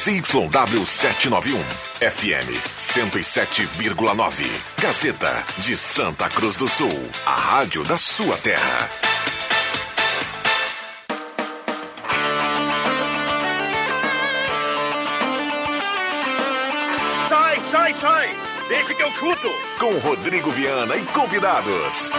ZYW 791, FM 107,9. Gazeta de Santa Cruz do Sul, a rádio da sua terra. Sai! Deixa que eu chuto! Com Rodrigo Viana e convidados.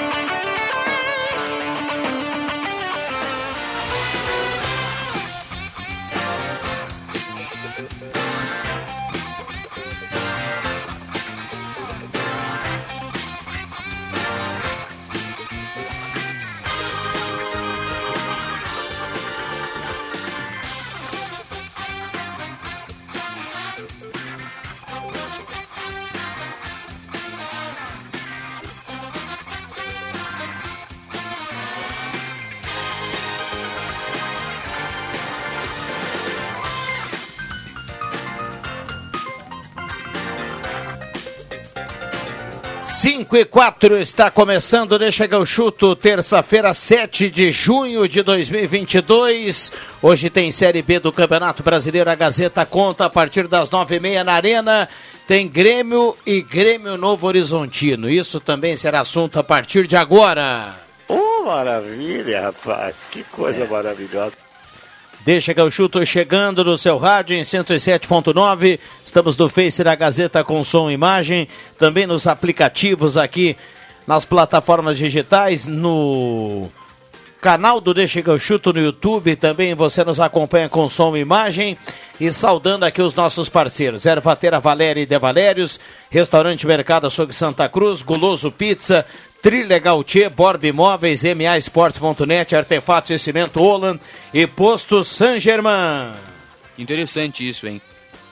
Cinco e 4 está começando, deixa que eu chuto, terça-feira, 7 de junho de 2022. Hoje tem Série B do Campeonato Brasileiro, a Gazeta conta a partir das 9h30 na Arena. Tem Grêmio e Grêmio Novo Horizontino, isso também será assunto a partir de agora. Maravilha, rapaz, que coisa maravilhosa. Deixa que eu chuto chegando no seu rádio em 107.9. Estamos no Face da Gazeta com som e imagem. Também nos aplicativos aqui nas plataformas digitais. No canal do Deixa que eu chuto no YouTube. Também você nos acompanha com som e imagem. E saudando aqui os nossos parceiros. Ervatera Valéria e De Valérios. Restaurante Mercado Açougue Santa Cruz. Guloso Pizza. Trilegal Tchê, Borb Imóveis, MAEsportes.net, Artefatos e Cimento Holland e Posto Saint-Germain. Interessante isso, hein?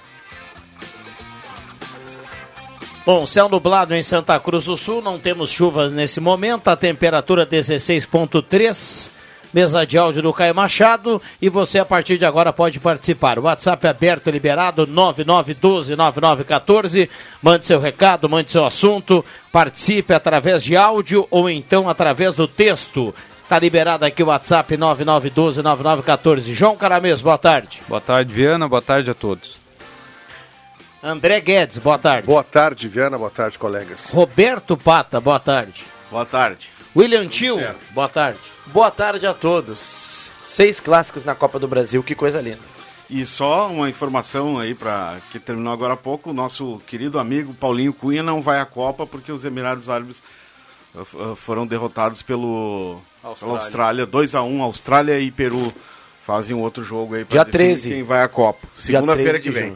Bom, céu nublado em Santa Cruz do Sul, não temos chuvas nesse momento, a temperatura 16.3, mesa de áudio do Caio Machado, e você a partir de agora pode participar. O WhatsApp é aberto e liberado, 9912-9914, mande seu recado, mande seu assunto, participe através de áudio ou então através do texto. Está liberado aqui o WhatsApp 9912-9914. João Caramês, boa tarde. Boa tarde, Viana, boa tarde a todos. André Guedes, boa tarde. Boa tarde, Viana, boa tarde, colegas. Roberto Pata, boa tarde. Boa tarde. William Tio, boa tarde. Boa tarde a todos. 6 clássicos na Copa do Brasil, que coisa linda. E só uma informação aí para que terminou agora há pouco, o nosso querido amigo Paulinho Cunha não vai à Copa porque os Emirados Árabes foram derrotados pela Austrália, 2-1, Austrália e Peru fazem um outro jogo aí para definir quem vai à Copa. Segunda-feira que vem.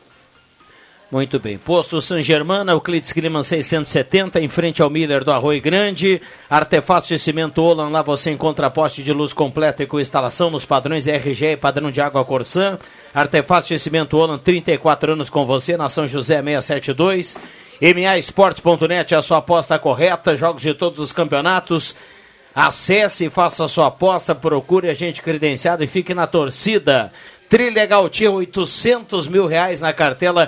Muito bem. Posto Saint-Germain, Euclides Climan 670, em frente ao Miller do Arroio Grande. Artefatos de Cimento Holland, lá você encontra poste de luz completa e com instalação nos padrões RGE e padrão de água Corsã. Artefatos de Cimento Holland, 34 anos com você, na São José 672. MAEsportes.net, a sua aposta correta, jogos de todos os campeonatos. Acesse e faça a sua aposta, procure a gente credenciado e fique na torcida. Trilegal Tia, R$800 mil na cartela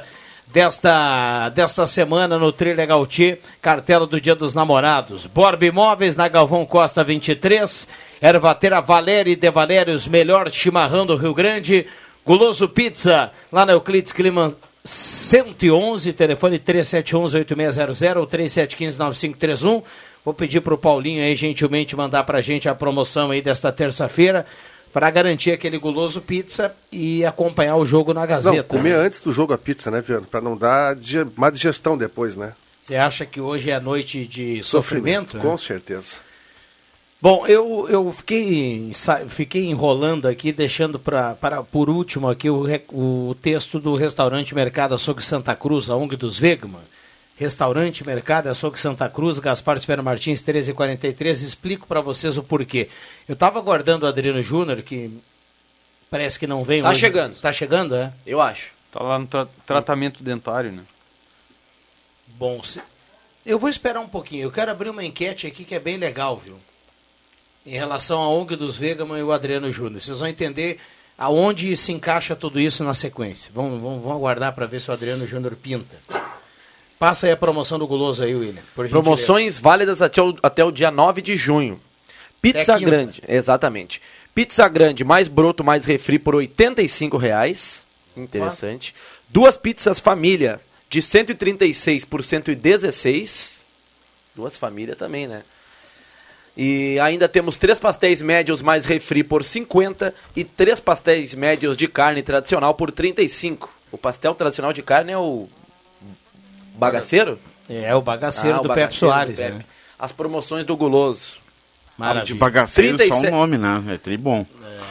desta semana no Trilegal Tchê, cartela do Dia dos Namorados. Borb Imóveis na Galvão Costa 23, Ervatera Valéria e De Valérios, melhor chimarrão do Rio Grande. Guloso Pizza, lá na Euclides Climan 111, telefone 3711-8600 ou 3715-9531. Vou pedir para o Paulinho aí gentilmente mandar para a gente a promoção aí desta terça-feira, para garantir aquele guloso pizza e acompanhar o jogo na Gazeta. Não, comer antes do jogo a pizza, né, Viana? Para não dar má digestão depois, né? Você acha que hoje é noite de sofrimento? Com certeza. Bom, eu fiquei enrolando aqui, deixando por último aqui o texto do Restaurante Mercado Açougue Santa Cruz, a ONG dos Wegman. Restaurante Mercado Açougue Santa Cruz, Gaspar Silveira Martins, 1343. Explico para vocês o porquê. Eu estava aguardando o Adriano Júnior, que parece que não vem hoje. Chegando. Tá chegando, é? Eu acho. Tá lá no tratamento dentário, né? Bom, eu vou esperar um pouquinho. Eu quero abrir uma enquete aqui que é bem legal, viu? Em relação à ONG dos Wegeman e o Adriano Júnior. Vocês vão entender aonde se encaixa tudo isso na sequência. Vamos aguardar para ver se o Adriano Júnior pinta. Passa aí a promoção do guloso aí, William. Promoções válidas até o dia 9 de junho. Pizza grande, exatamente. Pizza grande, mais broto, mais refri por R$85. Interessante. 2 pizzas família de 136 por 116. 2 famílias também, né? E ainda temos 3 pastéis médios mais refri por 50 e 3 pastéis médios de carne tradicional por 35. O pastel tradicional de carne é o bagaceiro? É o bagaceiro do Pepe Soares. Né? As promoções do Guloso. Maravilha. De bagaceiro 37... só um nome, né? É tribom.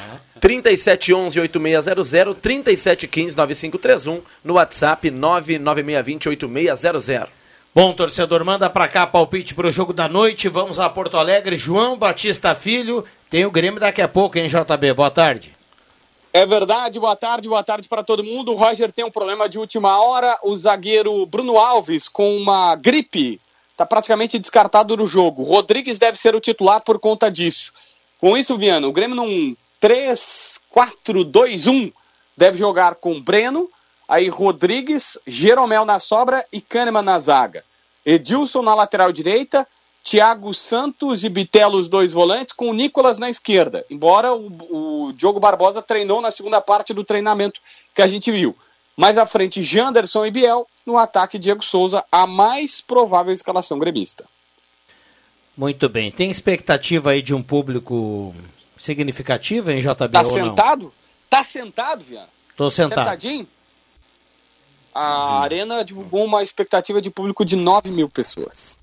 3711-8600, 3715-9531, no WhatsApp 99620-8600. Bom, torcedor, manda pra cá palpite pro jogo da noite. Vamos a Porto Alegre. João Batista Filho. Tem o Grêmio daqui a pouco, hein, JB? Boa tarde. É verdade, boa tarde para todo mundo. O Roger tem um problema de última hora. O zagueiro Bruno Alves, com uma gripe, está praticamente descartado do jogo. Rodrigues deve ser o titular por conta disso. Com isso, Viana, o Grêmio num 3-4-2-1 deve jogar com Breno, aí Rodrigues, Jeromel na sobra e Kahneman na zaga. Edilson na lateral direita, Thiago Santos e Bitelo os 2 volantes, com o Nicolas na esquerda. Embora o Diogo Barbosa treinou na segunda parte do treinamento que a gente viu. Mais à frente, Janderson e Biel. No ataque, Diego Souza, a mais provável escalação gremista. Muito bem. Tem expectativa aí de um público significativo em JB tá ou sentado? não? Tá sentado, Viana? Tô sentado. Sentadinho? A Arena divulgou uma expectativa de público de 9 mil pessoas.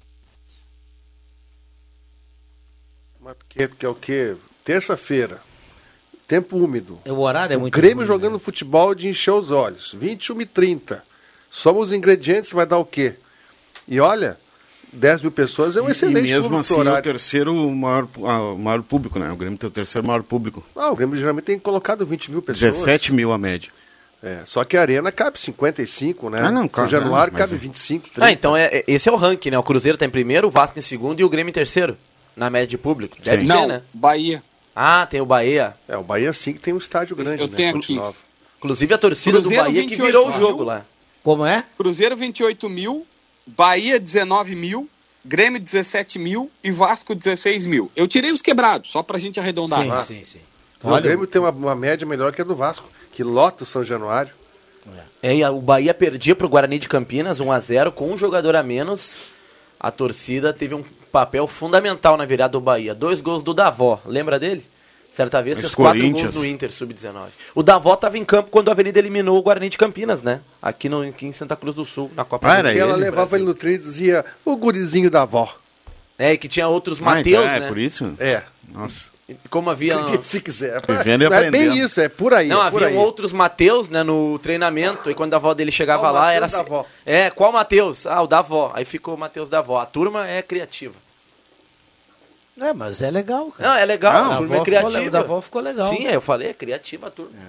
Mas que é o quê? Terça-feira. Tempo úmido. O horário é muito Grêmio ruim, jogando né? futebol de encher os olhos. 21h30. Soma os ingredientes, vai dar o quê? E olha, 10 mil pessoas é um excelente público. E mesmo assim é o terceiro maior público, né? O Grêmio tem o terceiro maior público. O Grêmio geralmente tem colocado 20 mil pessoas. 17 mil a média. Só que a Arena cabe 55, né? Não, o Januário cabe 25, 30. Então esse é o ranking, né? O Cruzeiro tá em primeiro, o Vasco em segundo e o Grêmio em terceiro, na média de público. Deve ser, né? Bahia. Tem o Bahia. O Bahia sim que tem um estádio grande, Eu tenho aqui. Inclusive a torcida Cruzeiro, do Bahia que virou o jogo lá. Como é? Cruzeiro 28 mil, Bahia 19 mil, Grêmio 17 mil e Vasco 16 mil. Eu tirei os quebrados, só pra gente arredondar. Sim. O Grêmio tem uma média melhor que a do Vasco, que lota o São Januário. E o Bahia perdia pro Guarani de Campinas 1-0 com um jogador a menos. A torcida teve um papel fundamental na virada do Bahia. 2 gols do Davó, lembra dele? Certa vez fez 4 gols no Inter Sub-19. O Davó estava em campo quando a Avenida eliminou o Guarani de Campinas, né? Aqui em Santa Cruz do Sul, na Copa do Ela levava ele no trem e dizia o gurizinho da avó. E que tinha outros Mateus, né? É por isso? Nossa. Como havia... Acredite se quiser. Não é bem isso, é por aí. Não, havia outros Mateus, né, no treinamento, e quando a avó dele chegava lá, era assim... Qual Mateus? O da avó. Aí ficou o Mateus da avó. A turma é criativa. Mas é legal, cara. Não, é legal, a turma é criativa. Da avó ficou legal. Sim, eu falei, é criativa a turma.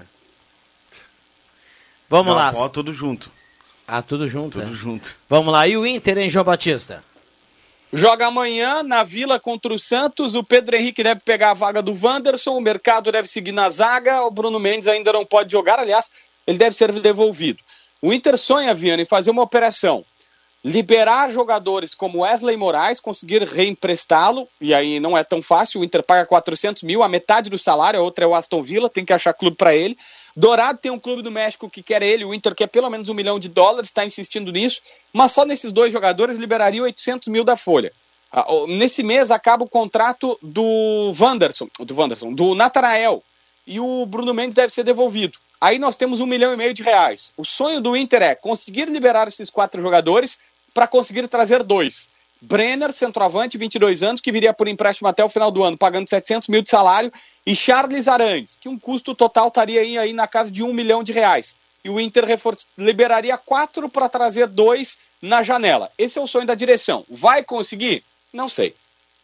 Vamos lá. Avó, tudo junto. Tudo junto, Tudo junto. Vamos lá. E o Inter, hein, João Batista? Joga amanhã na Vila contra o Santos. O Pedro Henrique deve pegar a vaga do Wanderson. O Mercado deve seguir na zaga. O Bruno Mendes ainda não pode jogar. Aliás, ele deve ser devolvido. O Inter sonha, Viana, em fazer uma operação. Liberar jogadores como Wesley Moraes, conseguir reemprestá-lo. E aí não é tão fácil. O Inter paga 400 mil, a metade do salário. A outra é o Aston Villa. Tem que achar clube para ele. Dourado tem um clube do México que quer ele, o Inter quer pelo menos $1 milhão, está insistindo nisso, mas só nesses 2 jogadores liberaria 800 mil da folha. Nesse mês acaba o contrato do Natanael, e o Bruno Mendes deve ser devolvido. Aí nós temos $1,5 milhão de reais. O sonho do Inter é conseguir liberar esses 4 jogadores para conseguir trazer 2. Brenner, centroavante, 22 anos, que viria por empréstimo até o final do ano, pagando 700 mil de salário, e Charles Arangues, que um custo total estaria aí na casa de $1 milhão. E o Inter liberaria 4 para trazer 2 na janela. Esse é o sonho da direção. Vai conseguir? Não sei.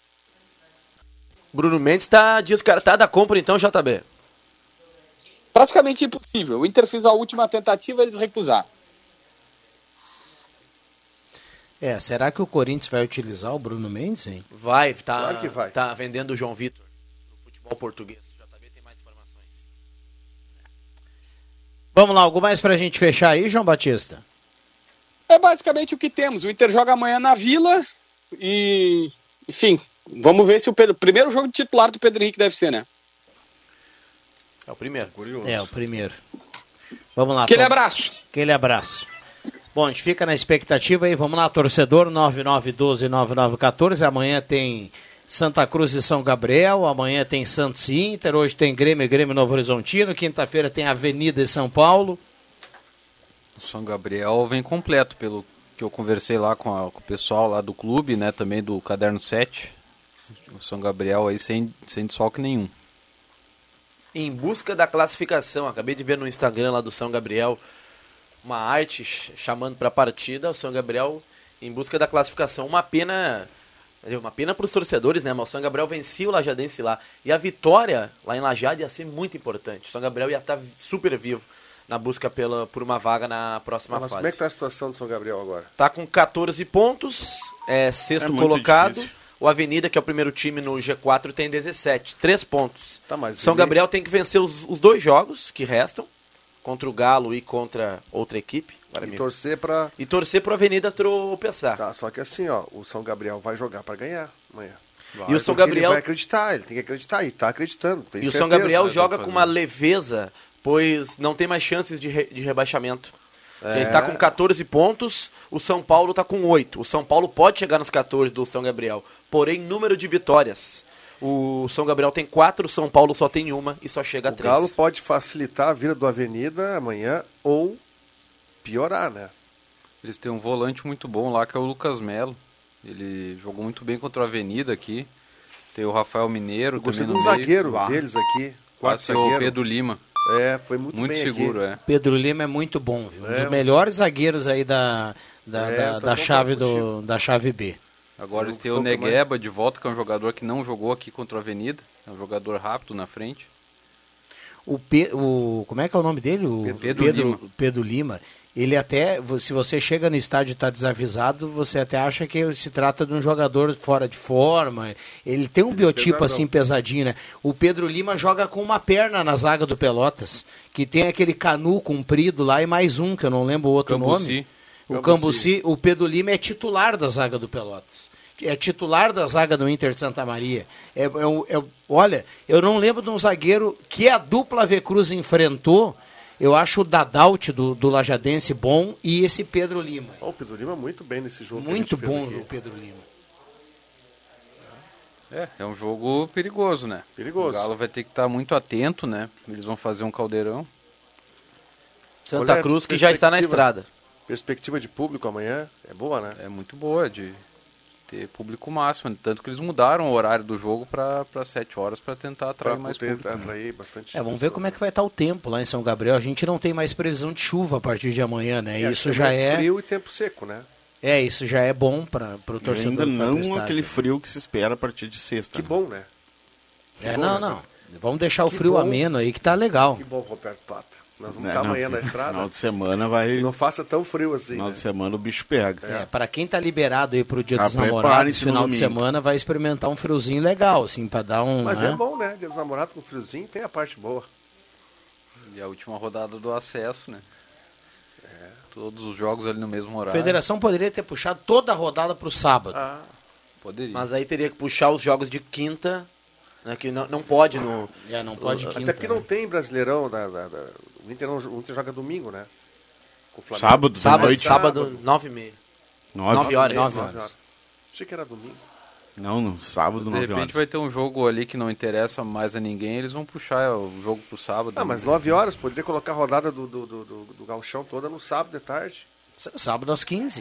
Bruno Mendes está descartado da compra então, JB? Praticamente impossível. O Inter fez a última tentativa e eles recusaram. Será que o Corinthians vai utilizar o Bruno Mendes, hein? Vai, Claro que vai. Tá vendendo o João Vitor no futebol português. O JB tem mais informações. Vamos lá, algo mais pra gente fechar aí, João Batista? É basicamente o que temos. O Inter joga amanhã na Vila e, enfim, vamos ver se o primeiro jogo de titular do Pedro Henrique deve ser, né? É o primeiro. É, o primeiro. Vamos lá. Aquele abraço. Aquele abraço. Bom, a gente fica na expectativa aí. Vamos lá, torcedor, 9912-9914. Amanhã tem Santa Cruz e São Gabriel. Amanhã tem Santos e Inter. Hoje tem Grêmio e Grêmio Novo Horizontino. Quinta-feira tem Avenida e São Paulo. O São Gabriel vem completo, pelo que eu conversei lá com o pessoal lá do clube, né? Também do Caderno 7. O São Gabriel aí sem desfalque nenhum. Em busca da classificação, acabei de ver no Instagram lá do São Gabriel uma arte chamando para a partida, o São Gabriel em busca da classificação. Uma pena para os torcedores, né? Mas o São Gabriel vencia o Lajadense lá. E a vitória lá em Lajado ia ser muito importante. O São Gabriel ia estar super vivo na busca por uma vaga na próxima fase. Como é que está a situação do São Gabriel agora? Está com 14 pontos, sexto colocado. Difícil. O Avenida, que é o primeiro time no G4, tem 17, 3 pontos. Tá, mas São Gabriel tem que vencer os 2 jogos que restam, contra o Galo e contra outra equipe. E torcer pro Avenida tropeçar. Tá, só que assim, ó, o São Gabriel vai jogar para ganhar amanhã. E o São Gabriel... Ele vai acreditar, ele tem que acreditar, e tá acreditando. E certeza, o São Gabriel joga com uma leveza, pois não tem mais chances de rebaixamento. Já está com 14 pontos, o São Paulo está com 8. O São Paulo pode chegar nos 14 do São Gabriel, porém, número de vitórias. O São Gabriel tem 4, o São Paulo só tem 1 e só chega a 3. O Galo pode facilitar a vida do Avenida amanhã ou piorar, né? Eles têm um volante muito bom lá, que é o Lucas Melo. Ele jogou muito bem contra o Avenida aqui. Tem o Rafael Mineiro também no meio. Zagueiro deles aqui. O Pedro Lima. Foi muito bem seguro, aqui. Pedro Lima é muito bom, viu? Um dos melhores zagueiros aí da chave B. Agora eles têm o Negueba de volta, que é um jogador que não jogou aqui contra o Avenida. É um jogador rápido na frente. Como é que é o nome dele? Pedro Lima. Ele até, se você chega no estádio e está desavisado, você até acha que se trata de um jogador fora de forma. Ele tem um biotipo assim pesadinho, né? O Pedro Lima joga com uma perna na zaga do Pelotas, que tem aquele canu comprido lá e mais um, que eu não lembro o outro nome. O Cambuci. O Pedro Lima é titular da zaga do Pelotas. É titular da zaga do Inter de Santa Maria. Olha, eu não lembro de um zagueiro que a dupla V Cruz enfrentou. Eu acho o Dadaut do Lajadense bom e esse Pedro Lima. O Pedro Lima muito bem nesse jogo. Muito bom o Pedro Lima. É um jogo perigoso, né? Perigoso. O Galo vai ter que estar muito atento, né? Eles vão fazer um caldeirão. Santa Cruz que já está na estrada. Perspectiva de público amanhã é boa, né? É muito boa, de ter público máximo. Tanto que eles mudaram o horário do jogo para 7 horas para tentar atrair mais público. Atrair bastante vamos ver como é que vai estar o tempo lá em São Gabriel. A gente não tem mais previsão de chuva a partir de amanhã, né? Isso já é frio e tempo seco, né? Isso já é bom para o torcedor. Ainda não aquele frio que se espera a partir de sexta. Que bom, né? Não. Vamos deixar o frio ameno aí que tá legal. Que bom, Roberto Plata. Nós vamos estar amanhã na estrada. Final de semana vai... Não faça tão frio assim. Final de semana o bicho pega. Para quem tá liberado aí pro Dia dos Namorados, final de semana vai experimentar um friozinho legal, assim, para dar um... Mas é bom, né? Dia dos Namorados com friozinho tem a parte boa. E a última rodada do acesso, né? Todos os jogos ali no mesmo horário. A federação poderia ter puxado toda a rodada pro sábado. Poderia. Mas aí teria que puxar os jogos de quinta, né, que não pode no... não pode quinta. Até porque não tem Brasileirão, o Inter joga domingo, né? Com o Flamengo. Sábado, 9h30. 9 horas. Achei que era domingo. Não, no sábado, 9 horas. De repente vai ter um jogo ali que não interessa mais a ninguém, eles vão puxar o jogo pro sábado. Mas 9 horas, poderia colocar a rodada do Gauchão toda no sábado de tarde. Sábado às 15.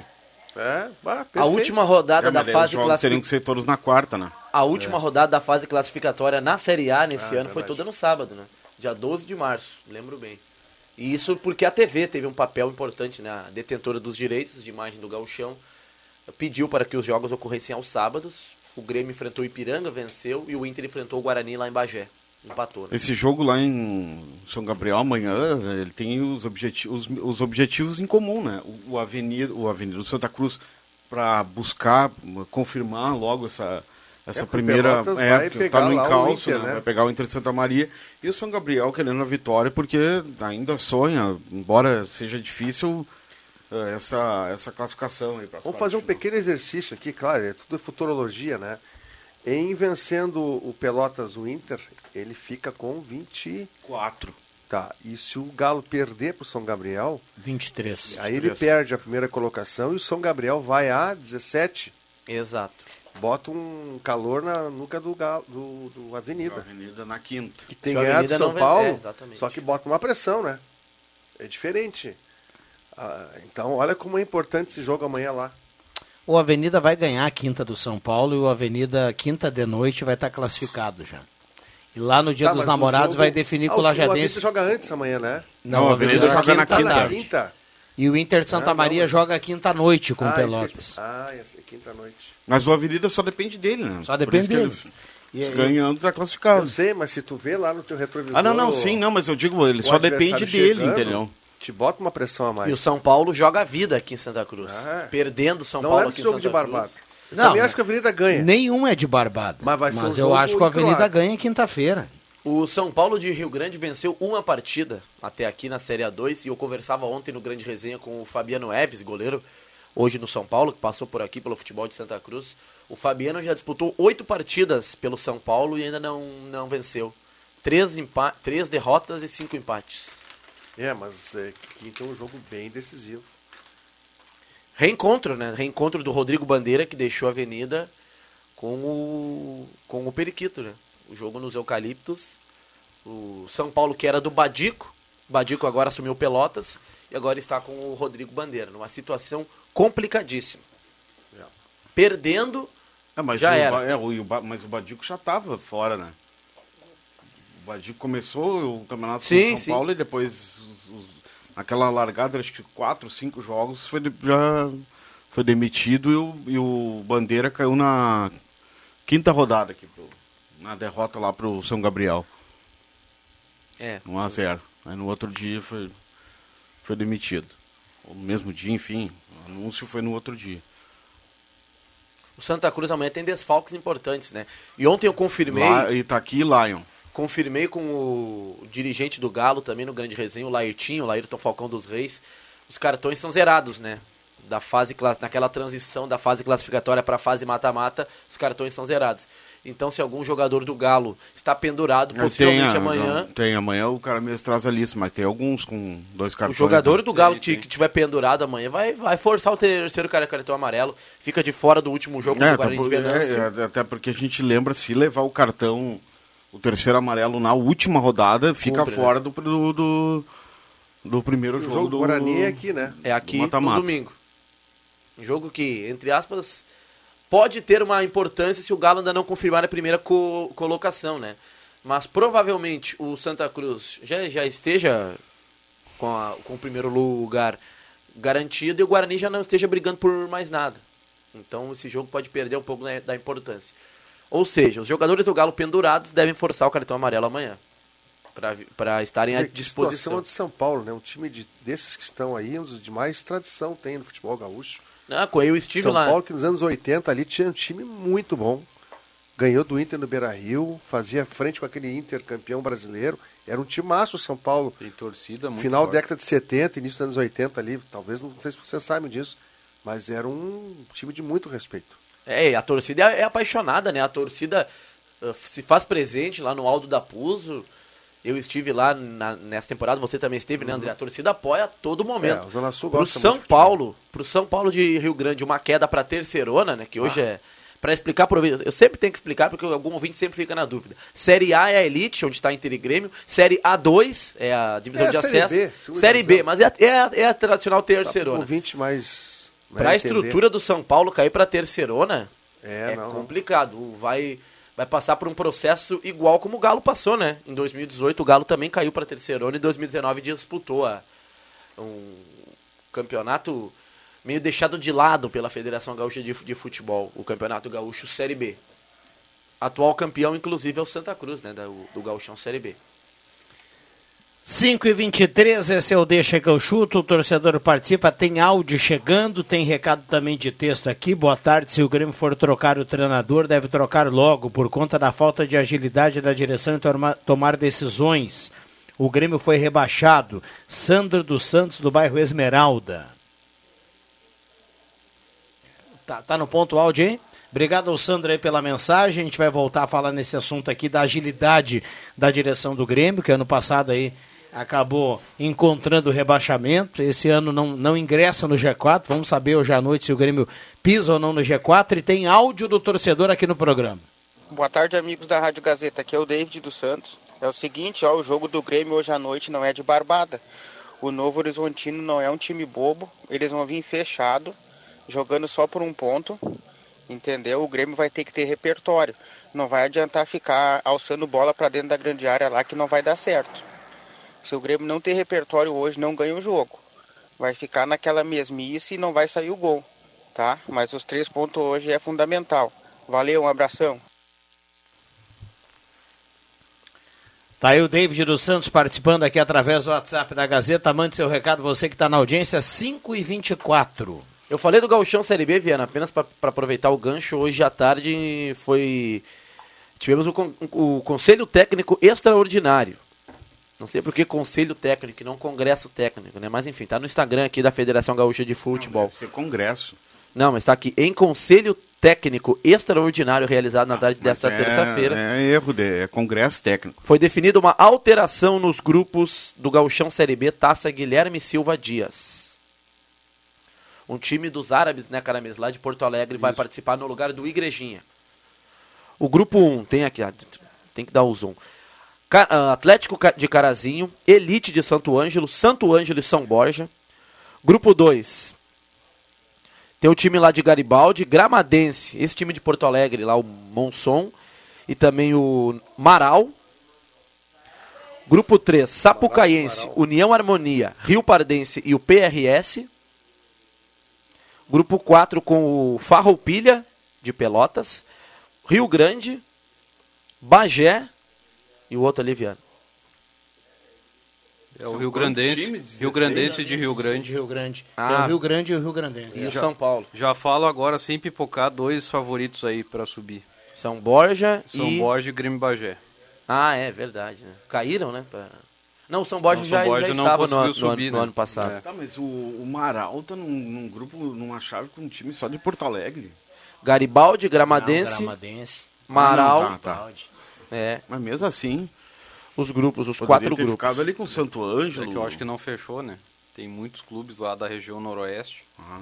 A última rodada da fase classificatória teriam que ser todos na quarta, né? A última rodada da fase classificatória na Série A nesse ano foi toda no sábado, né? Dia 12 de março, lembro bem. E isso porque a TV teve um papel importante, né? A detentora dos direitos de imagem do Gauchão pediu para que os jogos ocorressem aos sábados. O Grêmio enfrentou o Ipiranga, venceu, e o Inter enfrentou o Guarani lá em Bagé. Empatou, né? Esse jogo lá em São Gabriel amanhã, ele tem os objetivos em comum, né? O Avenida do Santa Cruz para buscar confirmar logo essa primeira, tá no encalço, né? Vai pegar o Inter de Santa Maria, e o São Gabriel querendo a vitória porque ainda sonha, embora seja difícil essa classificação aí. Vamos fazer um pequeno exercício aqui, claro, tudo futurologia, né? Em vencendo o Pelotas, o Inter, ele fica com 24. Tá, e se o Galo perder pro São Gabriel... 23. Aí ele perde a primeira colocação e o São Gabriel vai a 17. Exato. Bota um calor na nuca do Avenida. Avenida na quinta. Que tem ganhado do São Paulo, só que bota uma pressão, né? É diferente. Então, olha como é importante esse jogo amanhã lá. O Avenida vai ganhar a quinta do São Paulo e o Avenida, quinta de noite, vai estar classificado já. E lá no Dia dos Namorados vai definir com o Lajadense. O Avenida joga antes amanhã, né? Não, o Avenida joga na quinta. E o Inter de Santa Maria joga quinta-noite com o Pelotas. Ia ser quinta-noite. Mas o Avenida só depende dele, né? Só depende dele. Ganhando, tá classificado. Eu sei, mas se tu vê lá no teu retrovisor... mas eu digo, ele só depende dele, entendeu? Te bota uma pressão a mais. E o São Paulo joga a vida aqui em Santa Cruz. Perdendo o São Paulo aqui em Santa Cruz. Não é jogo de barbado. Não, também acho que a Avenida ganha. Nenhum é de barbado. Mas eu acho que a Avenida ganha quinta-feira. O São Paulo de Rio Grande venceu uma partida até aqui na Série A2 e eu conversava ontem no Grande Resenha com o Fabiano Eves, goleiro, hoje no São Paulo, que passou por aqui pelo futebol de Santa Cruz. O Fabiano já disputou 8 partidas pelo São Paulo e ainda não venceu. 3 derrotas e 5 empates. Mas quinta é um jogo bem decisivo. Reencontro, né? Reencontro do Rodrigo Bandeira, que deixou a Avenida com o Periquito, né? O jogo nos Eucaliptos. O São Paulo, que era do Badico. O Badico agora assumiu o Pelotas. E agora está com o Rodrigo Bandeira. Numa situação complicadíssima. Perdendo, já era. Mas o Badico já estava fora, né? O Badico começou o campeonato de São Paulo e depois, naquela largada, acho que 4, 5 jogos, já foi demitido e o Bandeira caiu na quinta rodada aqui, na derrota lá pro São Gabriel. 1-0. Aí no outro dia foi demitido. No mesmo dia, enfim, o anúncio foi no outro dia. O Santa Cruz amanhã tem desfalques importantes, né? E ontem eu confirmei... E tá aqui Lion. Confirmei com o dirigente do Galo também no Grande Resenha, o Laírton Falcão dos Reis. Os cartões são zerados, né? Naquela transição da fase classificatória para a fase mata-mata, os cartões são zerados. Então, se algum jogador do Galo está pendurado, possivelmente amanhã... Amanhã o cara mesmo traz a lista, mas tem alguns com 2 cartões. O jogador do Galo que tiver pendurado amanhã vai forçar o terceiro cartão amarelo, fica de fora do último jogo do Guarani de Venâncio. Até porque a gente lembra, se levar o cartão, o terceiro amarelo na última rodada, fica fora do primeiro jogo. O jogo do Guarani é aqui, né? É aqui no domingo. Um jogo que, entre aspas... pode ter uma importância se o Galo ainda não confirmar a primeira colocação, né? Mas provavelmente o Santa Cruz já esteja com o primeiro lugar garantido e o Guarani já não esteja brigando por mais nada. Então esse jogo pode perder um pouco da importância. Ou seja, os jogadores do Galo pendurados devem forçar o cartão amarelo amanhã para estarem à disposição. A situação de São Paulo, né? Um time desses que estão aí, um dos de mais tradição tem no futebol gaúcho. Eu estive São lá. Paulo, que nos anos 80 ali tinha um time muito bom. Ganhou do Inter no Beira-Rio, fazia frente com aquele Inter campeão brasileiro. Era um timaço o São Paulo. Tem torcida muito final forte. Da década de 70, início dos anos 80 ali, talvez, não sei se vocês sabem disso, mas era um time de muito respeito. A torcida é apaixonada, né? A torcida se faz presente lá no Aldo da Puzo. Eu estive lá nessa temporada, você também esteve, né, André? A torcida apoia a todo momento. O Zona Sul pro São Paulo de Rio Grande, uma queda para terceirona, né? Que hoje é... Para explicar, eu sempre tenho que explicar, porque algum ouvinte sempre fica na dúvida. Série A é a Elite, onde está Inter e Grêmio. Série A2 é a divisão de acesso. Série B, mas é a tradicional terceirona. Ouvinte mais... Para a estrutura do São Paulo cair para terceirona, complicado. Vai passar por um processo igual como o Galo passou, né? Em 2018 o Galo também caiu para a terceirona e em 2019 disputou um campeonato meio deixado de lado pela Federação Gaúcha de Futebol, o Campeonato Gaúcho Série B. Atual campeão, inclusive, é o Santa Cruz, né? Do Gauchão Série B. 5h23, esse é o Deixa que eu chuto, o torcedor participa, tem áudio chegando, tem recado também de texto aqui. Boa tarde, se o Grêmio for trocar o treinador, deve trocar logo, por conta da falta de agilidade da direção em tomar decisões. O Grêmio foi rebaixado. Sandro dos Santos, do bairro Esmeralda. Tá no ponto áudio aí? Obrigado ao Sandro aí pela mensagem. A gente vai voltar a falar nesse assunto aqui da agilidade da direção do Grêmio, que ano passado aí acabou encontrando o rebaixamento. Esse ano não ingressa no G4. Vamos saber hoje à noite se o Grêmio pisa ou não no G4. E tem áudio do torcedor aqui no programa. Boa tarde, amigos da Rádio Gazeta. Aqui é o David dos Santos. É o seguinte, o jogo do Grêmio hoje à noite não é de barbada. O Novo Horizontino não é um time bobo. Eles vão vir fechado, jogando só por um ponto. Entendeu? O Grêmio vai ter que ter repertório. Não vai adiantar ficar alçando bola para dentro da grande área lá que não vai dar certo. Se o Grêmio não ter repertório hoje, não ganha o jogo. Vai ficar naquela mesmice e não vai sair o gol, tá? Mas os 3 pontos hoje é fundamental. Valeu, um abração. Tá aí o David dos Santos participando aqui através do WhatsApp da Gazeta. Mande seu recado, você que está na audiência, 5h24. Eu falei do Gauchão Série B, Viana, apenas para aproveitar o gancho. Hoje à tarde tivemos o Conselho Técnico Extraordinário. Não sei por que Conselho Técnico e não Congresso Técnico, né? Mas enfim, tá no Instagram aqui da Federação Gaúcha de Futebol. Não, deve ser Congresso. Não, mas tá aqui em Conselho Técnico Extraordinário realizado na tarde desta terça-feira. É Congresso Técnico. Foi definida uma alteração nos grupos do Gauchão Série B, Taça Guilherme Silva Dias. Um time dos árabes, né, Carames, lá de Porto Alegre, vai participar no lugar do Igrejinha. O grupo 1, tem aqui, tem que dar o zoom. Atlético de Carazinho, Elite de Santo Ângelo e São Borja. Grupo 2, tem o time lá de Garibaldi, Gramadense, esse time de Porto Alegre, lá o Monson, e também o Marau. Grupo 3, Sapucaiense, União Harmonia, Rio Pardense e o PRS. Grupo 4 com o Farroupilha, de Pelotas, Rio Grande, Bagé e o outro ali, Viana. É o Rio Grandense, Rio Grandense de Rio Grande. Rio Grande. É o Rio Grande e o Rio Grandense. E o São Paulo. Já falo agora sem pipocar 2 favoritos aí para subir. São Borja e Grêmio Bagé. Ah, é verdade, né? Caíram, né? Não, o São Borja já estava no ano passado. É. Tá, mas o Marau tá num grupo, numa chave com um time só de Porto Alegre. Garibaldi, Gramadense, Marau. Tá. É. Mas mesmo assim, os grupos, os poderia 4 ter grupos. ficado ali com Santo Ângelo. É que eu acho que não fechou, né? Tem muitos clubes lá da região noroeste.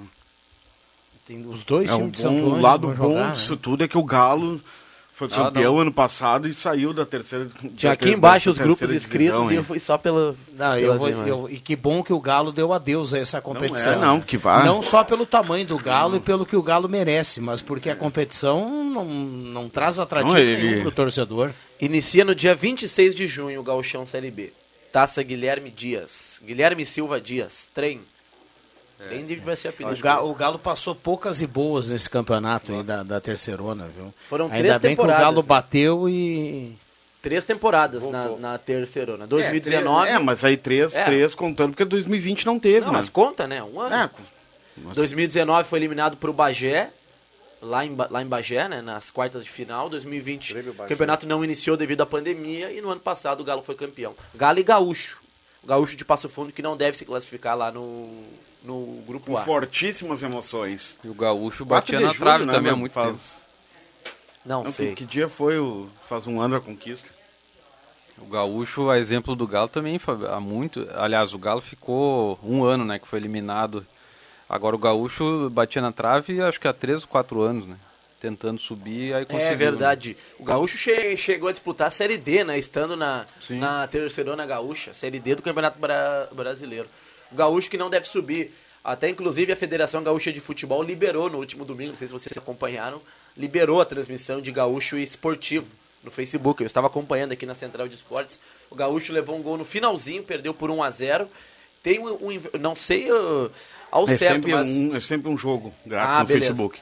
Tem os dois times de Santo Ângelo. O lado vão bom jogar, disso tudo é que o Galo foi campeão ano passado e saiu da terceira. Tinha aqui embaixo os grupos escritos e eu fui só pela. E que bom que o Galo deu adeus a essa competição. Que vai. Não só pelo tamanho do Galo e pelo que o Galo merece, mas porque a competição não traz atrativo nenhum pro torcedor. Inicia no dia 26 de junho o Gauchão Série B. Taça Guilherme Silva Dias, trem. Quem vai ser apelido? O Galo passou poucas e boas nesse campeonato aí da terceirona, viu? Foram 3 Ainda bem temporadas. Que o Galo bateu e... 3 temporadas na terceirona. 2019... mas aí 3 contando, porque 2020 não teve, não, né? Mas conta, né? Um ano. 2019 foi eliminado pro Bagé, lá em Bagé, né? Nas quartas de final. 2020 o campeonato não iniciou devido à pandemia e no ano passado o Galo foi campeão. Galo e Gaúcho. O Gaúcho de Passo Fundo que não deve se classificar lá no grupo A. Com fortíssimas emoções. E o Gaúcho batia na trave também há muito tempo. Não sei. Que dia foi faz um ano a conquista? O Gaúcho, a exemplo do Galo também há muito. Aliás, o Galo ficou um ano, né, que foi eliminado. Agora o Gaúcho batia na trave acho que há 3 ou 4 anos, né? Tentando subir, aí conseguiu. É verdade. Né? O Gaúcho chegou a disputar a Série D, né? Estando na terceirona gaúcha. Série D do Campeonato Brasileiro. O Gaúcho que não deve subir. Até inclusive a Federação Gaúcha de Futebol liberou no último domingo, não sei se vocês acompanharam, liberou a transmissão de Gaúcho Esportivo no Facebook. Eu estava acompanhando aqui na Central de Esportes. O Gaúcho levou um gol no finalzinho, perdeu por 1-0. Tem não sei ao certo, mas... É sempre um jogo grátis no Facebook.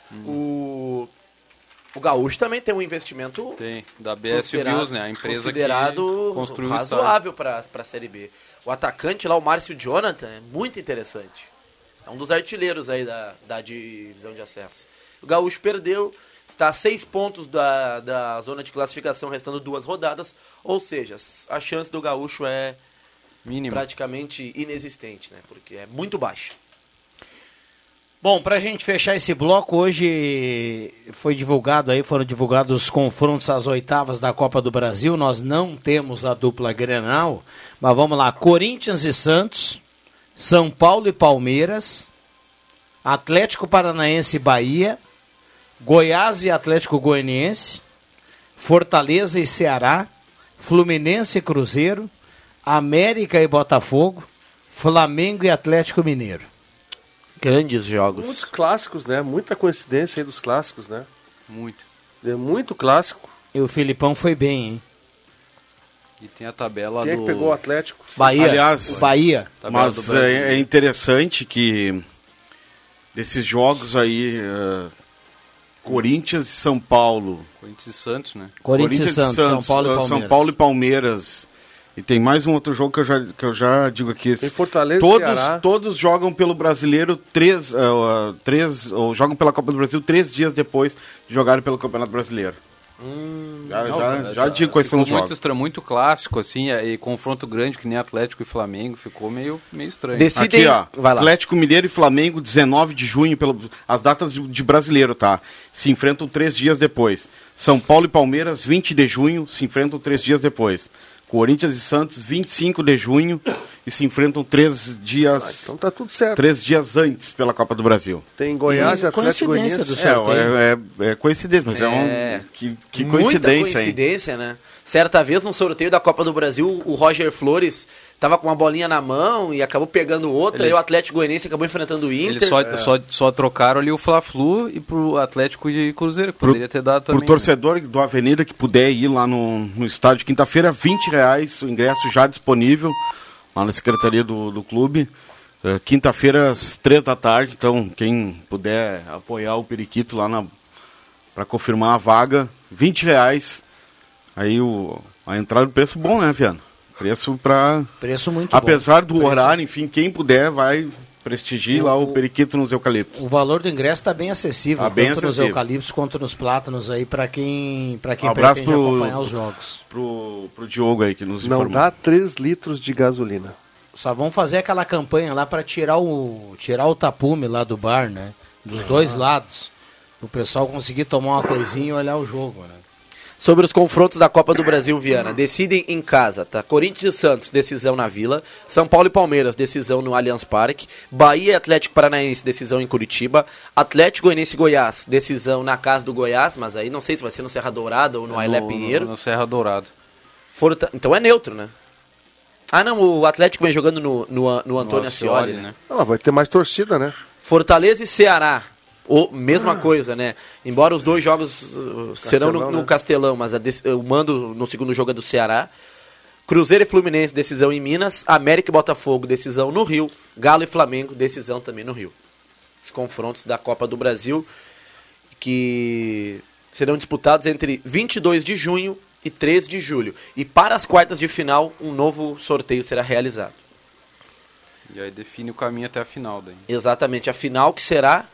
O Gaúcho também tem um investimento... Tem, da BS Views, né? A empresa que construiu razoável para a Série B. O atacante lá, o Márcio Jonathan, é muito interessante. É um dos artilheiros aí da divisão de acesso. O Gaúcho perdeu, está a 6 pontos da zona de classificação, restando 2 rodadas. Ou seja, a chance do Gaúcho é mínima, praticamente inexistente, né? Porque é muito baixa. Bom, pra gente fechar esse bloco, hoje foram divulgados os confrontos às oitavas da Copa do Brasil. Nós não temos a dupla Grenal, mas vamos lá. Corinthians e Santos, São Paulo e Palmeiras, Atlético Paranaense e Bahia, Goiás e Atlético Goianiense, Fortaleza e Ceará, Fluminense e Cruzeiro, América e Botafogo, Flamengo e Atlético Mineiro. Grandes jogos. Muitos clássicos, né? Muita coincidência aí dos clássicos, né? Muito. É muito clássico. E o Filipão foi bem, hein? E tem a tabela Quem é que pegou o Atlético? Bahia. Aliás, Bahia. Mas é interessante que desses jogos aí, Corinthians e São Paulo. Corinthians e Santos, né? Corinthians e Santos, São Paulo e Palmeiras. São Paulo e Palmeiras. E tem mais um outro jogo que eu já digo aqui. Tem Fortaleza e Ceará. Todos jogam pelo Brasileiro ou jogam pela Copa do Brasil 3 dias depois de jogarem pelo Campeonato Brasileiro. Já digo quais são os jogos. Muito clássico, assim, e confronto grande, que nem Atlético e Flamengo, ficou meio estranho. Aqui, ó, Atlético Mineiro e Flamengo, 19 de junho, as datas de Brasileiro, tá? Se enfrentam 3 dias depois. São Paulo e Palmeiras, 20 de junho, se enfrentam 3 dias depois. Corinthians e Santos, 25 de junho, e se enfrentam 3 dias... então tá tudo certo. 3 dias antes pela Copa do Brasil. Tem Goiás e Atlético Goianiense. É coincidência, mas que coincidência, muita coincidência, né? Certa vez, num sorteio da Copa do Brasil, o Roger Flores tava com uma bolinha na mão e acabou pegando outra, e o Atlético Goianiense acabou enfrentando o Inter. Eles só trocaram ali o Fla-Flu e pro Atlético e Cruzeiro, que poderia ter dado também. Pro torcedor do Avenida que puder ir lá no estádio, quinta-feira, R$20, o ingresso já disponível lá na secretaria do clube. Quinta-feira, às 3 da tarde, então quem puder apoiar o Periquito lá para confirmar a vaga, R$20. Aí a entrada do preço bom, né, Viano? Preço muito apesar bom. Do horário, enfim, quem puder vai prestigiar lá o Periquito nos eucaliptos. O valor do ingresso está bem acessível, bem tanto acessível. nos eucaliptos quanto nos plátanos aí, para quem abraço pretende acompanhar os jogos. Pro Diogo aí que nos informou. Não dá 3 litros de gasolina. Só vão fazer aquela campanha lá para tirar o tapume lá do bar, né? Dos dois lados. O pessoal conseguir tomar uma coisinha e olhar o jogo, né? Sobre os confrontos da Copa do Brasil, Viana, decidem em casa, tá? Corinthians e Santos, decisão na Vila. São Paulo e Palmeiras, decisão no Allianz Parque. Bahia e Atlético Paranaense, decisão em Curitiba. Atlético Goianiense e Goiás, decisão na casa do Goiás, mas aí não sei se vai ser no Serra Dourada ou no Ailé Pinheiro. No Serra Dourada. Então é neutro, né? Ah, não, o Atlético vem jogando no Antônio Ascioli, né? Não, vai ter mais torcida, né? Fortaleza e Ceará. Mesma coisa, né? Embora os dois jogos serão no Castelão, mas o mando no segundo jogo é do Ceará. Cruzeiro e Fluminense, decisão em Minas. América e Botafogo, decisão no Rio. Galo e Flamengo, decisão também no Rio. Os confrontos da Copa do Brasil, que serão disputados entre 22 de junho e 3 de julho. E para as quartas de final, um novo sorteio será realizado. E aí define o caminho até a final daí. Exatamente, a final que será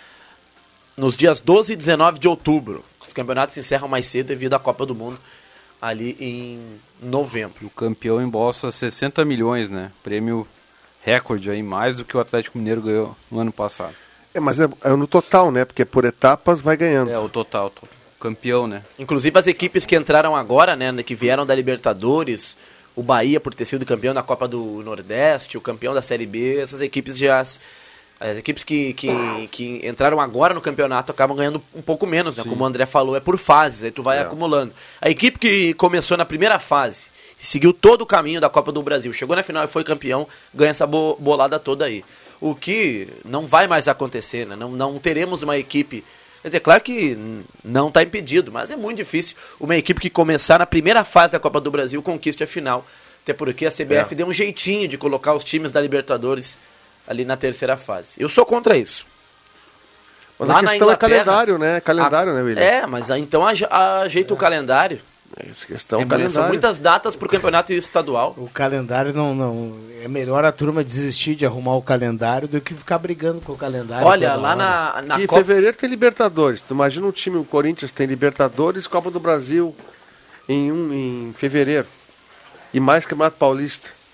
nos dias 12 e 19 de outubro. Os campeonatos se encerram mais cedo devido à Copa do Mundo ali em novembro. O campeão embolsa 60 milhões, né? Prêmio recorde aí, mais do que o Atlético Mineiro ganhou no ano passado. Mas é no total, né? Porque por etapas vai ganhando. É, o total. Campeão, né? Inclusive as equipes que entraram agora, né? Que vieram da Libertadores, o Bahia por ter sido campeão da Copa do Nordeste, o campeão da Série B, essas equipes as equipes que entraram agora no campeonato acabam ganhando um pouco menos, né? Como o André falou, é por fases, aí tu vai acumulando. A equipe que começou na primeira fase, seguiu todo o caminho da Copa do Brasil, chegou na final e foi campeão, ganha essa bolada toda aí. O que não vai mais acontecer, né? Não teremos uma equipe... Quer dizer, claro que não está impedido, mas é muito difícil uma equipe que começar na primeira fase da Copa do Brasil conquiste a final. Até porque a CBF deu um jeitinho de colocar os times da Libertadores ali na terceira fase. Eu sou contra isso. Mas lá a questão é calendário, né? Né, William? Mas então ajeita o calendário. Essa questão é calendário. São muitas datas para o campeonato estadual. O calendário não... É melhor a turma desistir de arrumar o calendário do que ficar brigando com o calendário. Olha, lá na Copa... Em fevereiro tem Libertadores. Tu imagina o Corinthians tem Libertadores, Copa do Brasil em fevereiro. E mais Campeonato Paulista.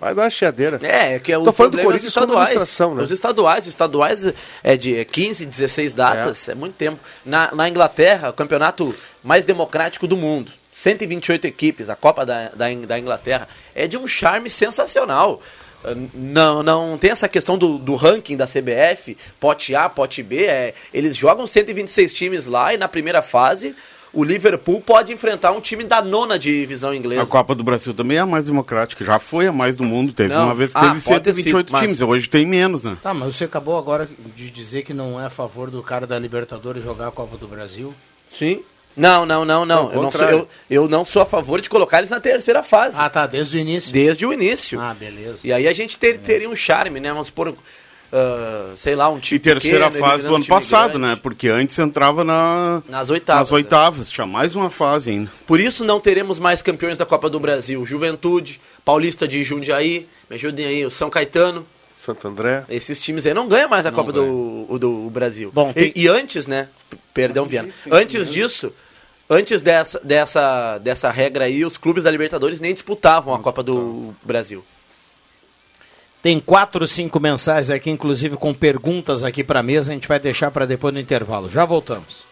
Vai dar uma chiadeira. Que é o Tô falando do problema Corinthians como administração, né? Os estaduais é de 15, 16 datas, é muito tempo. Na Inglaterra, o campeonato mais democrático do mundo, 128 equipes, a Copa da Inglaterra, é de um charme sensacional. Não tem essa questão do ranking da CBF, pote A, pote B, eles jogam 126 times lá e na primeira fase o Liverpool pode enfrentar um time da 9ª divisão inglesa. A Copa do Brasil também é a mais democrática, já foi a mais do mundo, teve uma vez que teve 128 times, hoje tem menos, né? Tá, mas você acabou agora de dizer que não é a favor do cara da Libertadores jogar a Copa do Brasil? Sim. Não. Eu não sou a favor de colocar eles na terceira fase. Ah, tá, desde o início? Desde o início. Ah, beleza. E aí a gente teria um charme, né? Vamos supor, sei lá, um time E terceira pequeno, fase do ano passado, grande, né? Porque antes entrava nas oitavas. Tinha mais uma fase ainda. Por isso não teremos mais campeões da Copa do Brasil. Juventude, Paulista de Jundiaí, me ajudem aí, o São Caetano. Santo André. Esses times aí não ganham mais a Copa do Brasil. Bom, e antes, né? Perdão, Viana. Antes disso, antes dessa regra aí, os clubes da Libertadores nem disputavam a Copa do Brasil. Tem 4, 5 mensagens aqui, inclusive com perguntas aqui para a mesa. A gente vai deixar para depois no intervalo. Já voltamos.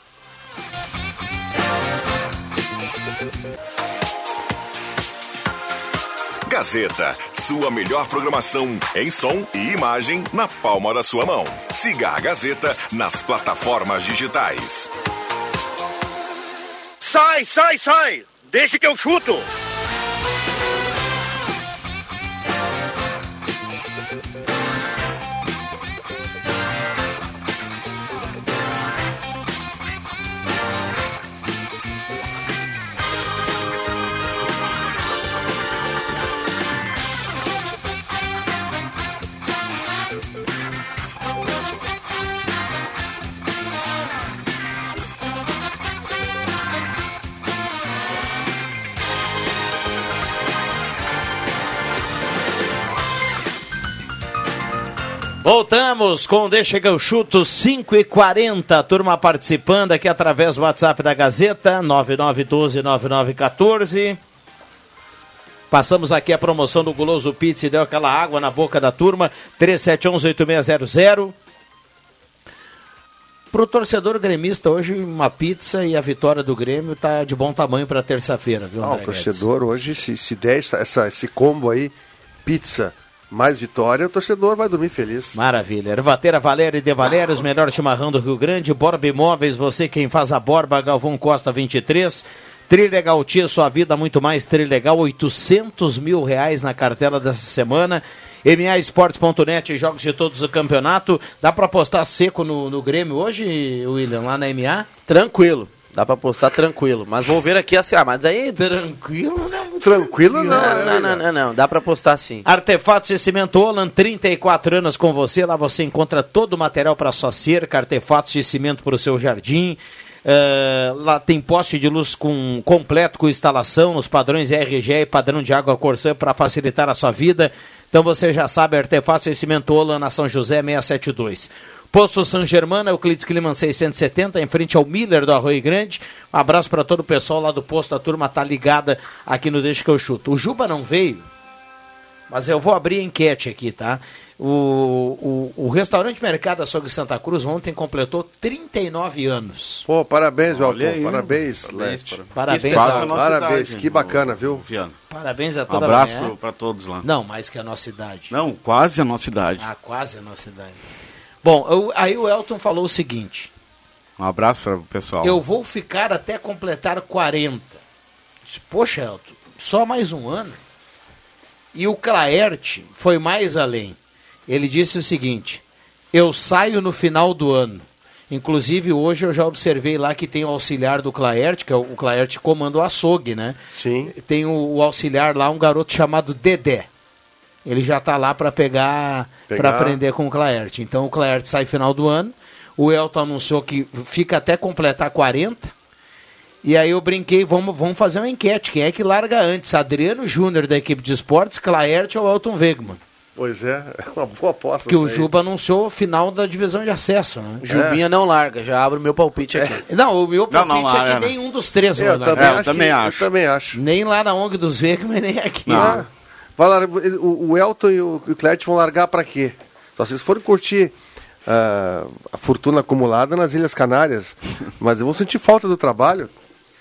Gazeta, sua melhor programação em som e imagem na palma da sua mão. Siga a Gazeta nas plataformas digitais. Sai! Deixa que eu chuto! Voltamos com Deixa que eu chuto, 5h40, turma participando aqui através do WhatsApp da Gazeta, 9912-9914. Passamos aqui a promoção do Guloso Pizza e deu aquela água na boca da turma, 3711-8600. Pro torcedor gremista, hoje uma pizza e a vitória do Grêmio tá de bom tamanho para terça-feira, viu, André O torcedor hoje, se der esse combo aí, pizza mais vitória, o torcedor vai dormir feliz. Maravilha. Ervateira Valéria e De Valéria, os melhores chimarrão do Rio Grande. Borba Imóveis, você quem faz a Borba, Galvão Costa 23. Trilegal Tia, sua vida muito mais. Trilegal, R$800 mil na cartela dessa semana. MAEsportes.net, jogos de todos o campeonato. Dá para apostar seco no Grêmio hoje, William, lá na MA? Tranquilo. Dá pra apostar tranquilo, mas vou ver aqui assim, mas aí... Tranquilo não. Tranquilo não, dá pra apostar sim. Artefatos de Cimento Holland, 34 anos com você, lá você encontra todo o material para sua cerca, artefatos de cimento para o seu jardim, lá tem poste de luz completo com instalação, nos padrões RGE e padrão de água Corsã para facilitar a sua vida, então você já sabe, Artefatos de Cimento Holland na São José 672. Posto São Germano, Euclides Kliman 670, em frente ao Miller do Arroio Grande. Um abraço para todo o pessoal lá do posto, a turma tá ligada aqui no Deixa que eu chuto. O Juba não veio, mas eu vou abrir a enquete aqui, tá? O restaurante Mercado Açougue Santa Cruz ontem completou 39 anos. Pô, parabéns, Welton, parabéns. Parabéns, que bacana, viu? Viano. Parabéns a toda a abraço para todos lá. Não, mais que a nossa idade. Não, quase a nossa idade. Ah, quase a nossa idade. Bom, aí o Elton falou o seguinte. Um abraço para o pessoal. Eu vou ficar até completar 40. Disse, poxa, Elton, só mais um ano? E o Claert foi mais além. Ele disse o seguinte, eu saio no final do ano. Inclusive, hoje eu já observei lá que tem o auxiliar do Claert, que é o Claert comanda o açougue, né? Sim. Tem o auxiliar lá, um garoto chamado Dedé. Ele já está lá para para aprender com o Claert. Então o Claert sai final do ano. O Elton anunciou que fica até completar 40. E aí eu brinquei, vamos fazer uma enquete. Quem é que larga antes? Adriano Júnior da equipe de esportes, Claert ou Elton Wegman? Pois é uma boa aposta. Que o Juba anunciou o final da divisão de acesso, né? Jubinha não larga, já abro o meu palpite aqui. Não, o meu palpite é que nenhum dos três. Eu também acho. Nem lá na ONG dos Wegman, nem aqui. Não. O Elton e o Clert vão largar para quê? Só se eles forem curtir a fortuna acumulada nas Ilhas Canárias. Mas eu vou sentir falta do trabalho.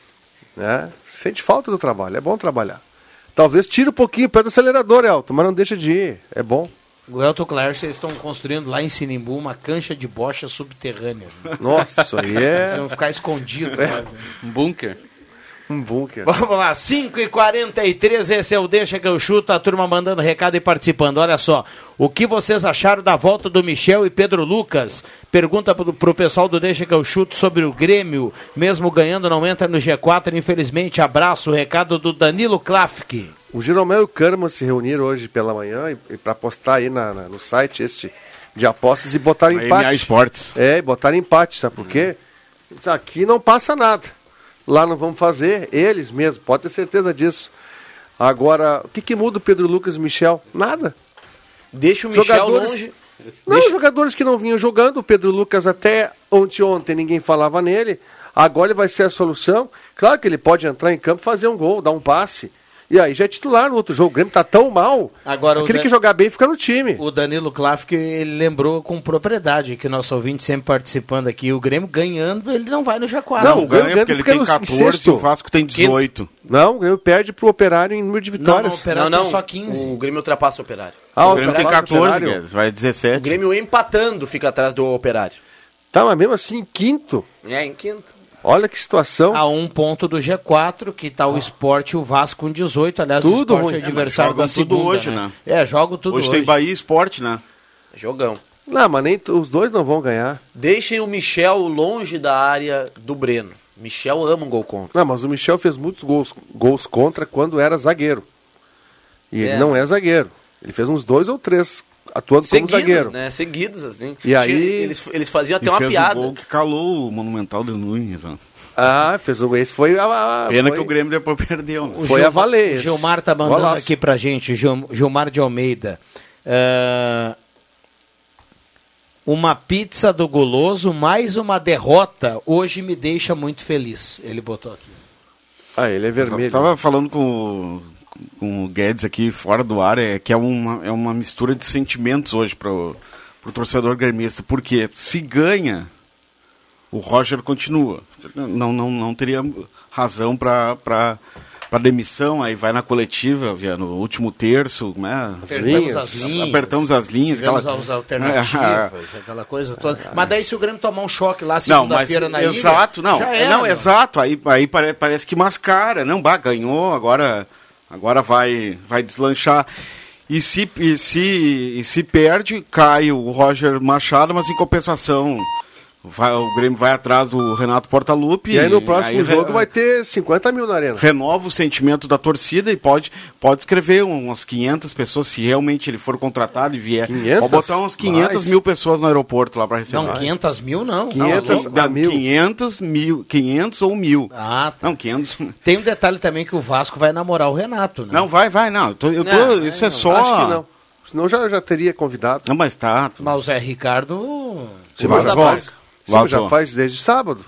Né? Sente falta do trabalho, é bom trabalhar. Talvez tire um pouquinho o pé do acelerador, Elton, mas não deixa de ir, é bom. O Elton Clare, eles estão construindo lá em Sinimbu uma cancha de bocha subterrânea. Nossa, isso aí é... Eles vão ficar escondidos. Um bunker. Um bunker. Vamos lá, 5h43, esse é o Deixa que eu chuto, a turma mandando recado e participando. Olha só, o que vocês acharam da volta do Michel e Pedro Lucas? Pergunta pro pessoal do Deixa que eu chuto sobre o Grêmio, mesmo ganhando não entra no G4, infelizmente. Abraço, o recado do Danilo Klafke. O Jeromel e o Kahneman se reuniram hoje pela manhã e para postar aí no site de apostas e botaram empate. MA Esportes. E botaram empate, sabe por quê? Aqui não passa nada. Lá não vamos fazer, eles mesmos, pode ter certeza disso. Agora, o que muda o Pedro Lucas e o Michel? Nada. Deixa o Michel longe. Não, os jogadores que não vinham jogando, o Pedro Lucas até ontem ninguém falava nele, agora ele vai ser a solução. Claro que ele pode entrar em campo, fazer um gol, dar um passe. E aí já é titular no outro jogo. O Grêmio tá tão mal. Agora, aquele que jogar bem fica no time. O Danilo Klafke, ele lembrou com propriedade, que nosso ouvinte sempre participando aqui. O Grêmio ganhando, ele não vai no G4. Não, o Grêmio porque ele tem 14 e o Vasco tem 18. Não, o Grêmio perde pro Operário em número de vitórias. Não, o Operário tem só 15. O Grêmio ultrapassa o Operário. O Grêmio tem 14, Guedes, vai 17. O Grêmio empatando fica atrás do Operário. Tá, mas mesmo assim, em quinto. Em quinto. Olha que situação. A 1 ponto do G4, que tá o Sport e o Vasco com 18. Aliás, tudo o Sport é adversário da segunda. Tudo hoje, né? Jogo tudo hoje. Hoje tem Bahia e Sport, né? Jogão. Não, mas nem os dois não vão ganhar. Deixem o Michel longe da área do Breno. Michel ama um gol contra. Não, mas o Michel fez muitos gols contra quando era zagueiro. E ele não é zagueiro. Ele fez uns 2 ou 3 atuando como zagueiro. Né? Seguidos, assim. E aí... Eles faziam até uma piada. Fez um gol que calou o Monumental de Nunes. Ó. Fez um gol. Esse foi Pena que o Grêmio depois perdeu. Né? Foi a valer. O Gilmar tá mandando aqui pra gente, Gilmar de Almeida. Uma pizza do Guloso, mais uma derrota, hoje me deixa muito feliz. Ele botou aqui. Ele é vermelho. Eu tava falando com o Guedes aqui fora do ar, que é uma mistura de sentimentos hoje pro torcedor gremista, porque se ganha, o Roger continua. Não teria razão para demissão, aí vai na coletiva, no último terço, né? Apertamos as linhas. As alternativas, aquela coisa toda. Mas daí se o Grêmio tomar um choque lá segunda-feira na exato, ilha... Exato, aí parece que mascara. Não, ganhou, agora vai deslanchar. E se perde, cai o Roger Machado, mas em compensação o Grêmio vai atrás do Renato Portaluppi. E aí no próximo jogo vai ter 50 mil na arena. Renova o sentimento da torcida e pode escrever umas 500 pessoas, se realmente ele for contratado e vier. 500? Pode botar umas 500 mil pessoas no aeroporto lá para receber. Não, 500 mil não. 500 mil. 500 ou 1000. Ah, tá. Não, 500. Tem um detalhe também que o Vasco vai namorar o Renato, né? Não, vai, não. Isso é só... Acho que não. Senão já teria convidado. Não, mas tá. Mas o Zé Ricardo... Já faz desde sábado.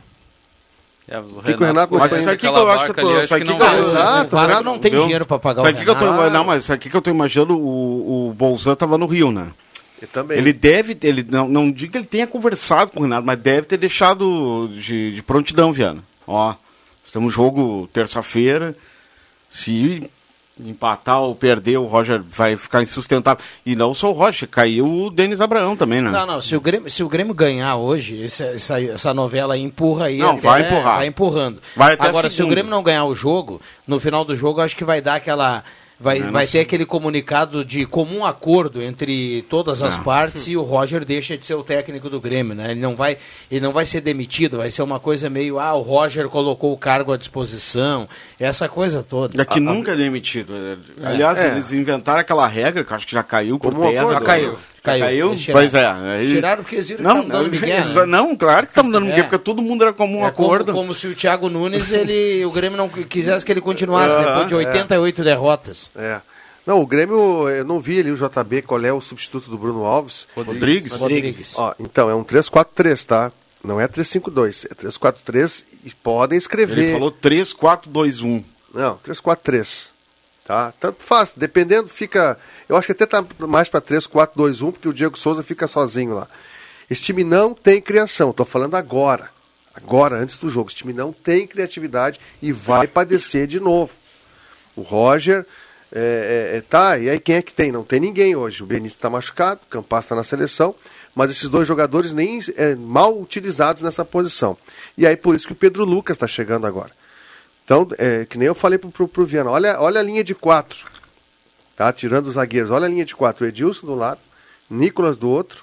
O Renato não faz. Sabe o que eu acho que eu tô... O Vasco não tem dinheiro para pagar o Renato. Não, mas sabe o que eu tô imaginando? O Bolzan tava no Rio, né? Eu também. Ele não digo que ele tenha conversado com o Renato, mas deve ter deixado de prontidão, Viana. Ó, estamos jogo terça-feira, se empatar ou perder, o Roger vai ficar insustentável. E não só o Roger, caiu o Denis Abraão também, né? Não, se o Grêmio ganhar hoje, essa novela aí empurra aí. Não, vai empurrar. Vai empurrando. Vai até agora, se o Grêmio não ganhar o jogo, no final do jogo, acho que vai dar aquela... Vai ter aquele comunicado de comum acordo entre todas as partes e o Roger deixa de ser o técnico do Grêmio, né? Ele não vai ser demitido, vai ser uma coisa meio, o Roger colocou o cargo à disposição, essa coisa toda. Que nunca é demitido. Aliás, eles inventaram aquela regra, que acho que já caiu por terra. Já caiu. Pois é. Tiraram porque eles viram que estavam dando migué, né? Não, claro que estamos dando migué, porque todo mundo era comum acordo. Como se o Thiago Nunes, o Grêmio não quisesse que ele continuasse depois de 88 derrotas. Não, o Grêmio, eu não vi ali o JB, qual é o substituto do Bruno Alves. Rodrigues. Então, é um 3-4-3, tá? Não é 3-5-2, é 3-4-3 e podem escrever. Ele falou 3-4-2-1. Não, 3-4-3. Tá? Tanto faz, dependendo, fica... Eu acho que até tá mais para 3-4-2-1, porque o Diego Souza fica sozinho lá. Esse time não tem criação, estou falando agora, antes do jogo. Esse time não tem criatividade e vai padecer de novo. O Roger, tá, e aí quem é que tem? Não tem ninguém hoje. O Benítez está machucado, o Campas está na seleção, mas esses dois jogadores nem mal utilizados nessa posição. E aí por isso que o Pedro Lucas está chegando agora. Então, que nem eu falei pro Viana, olha a linha de 4, tá? Tirando os zagueiros, olha a linha de 4, o Edilson do lado, Nicolas do outro,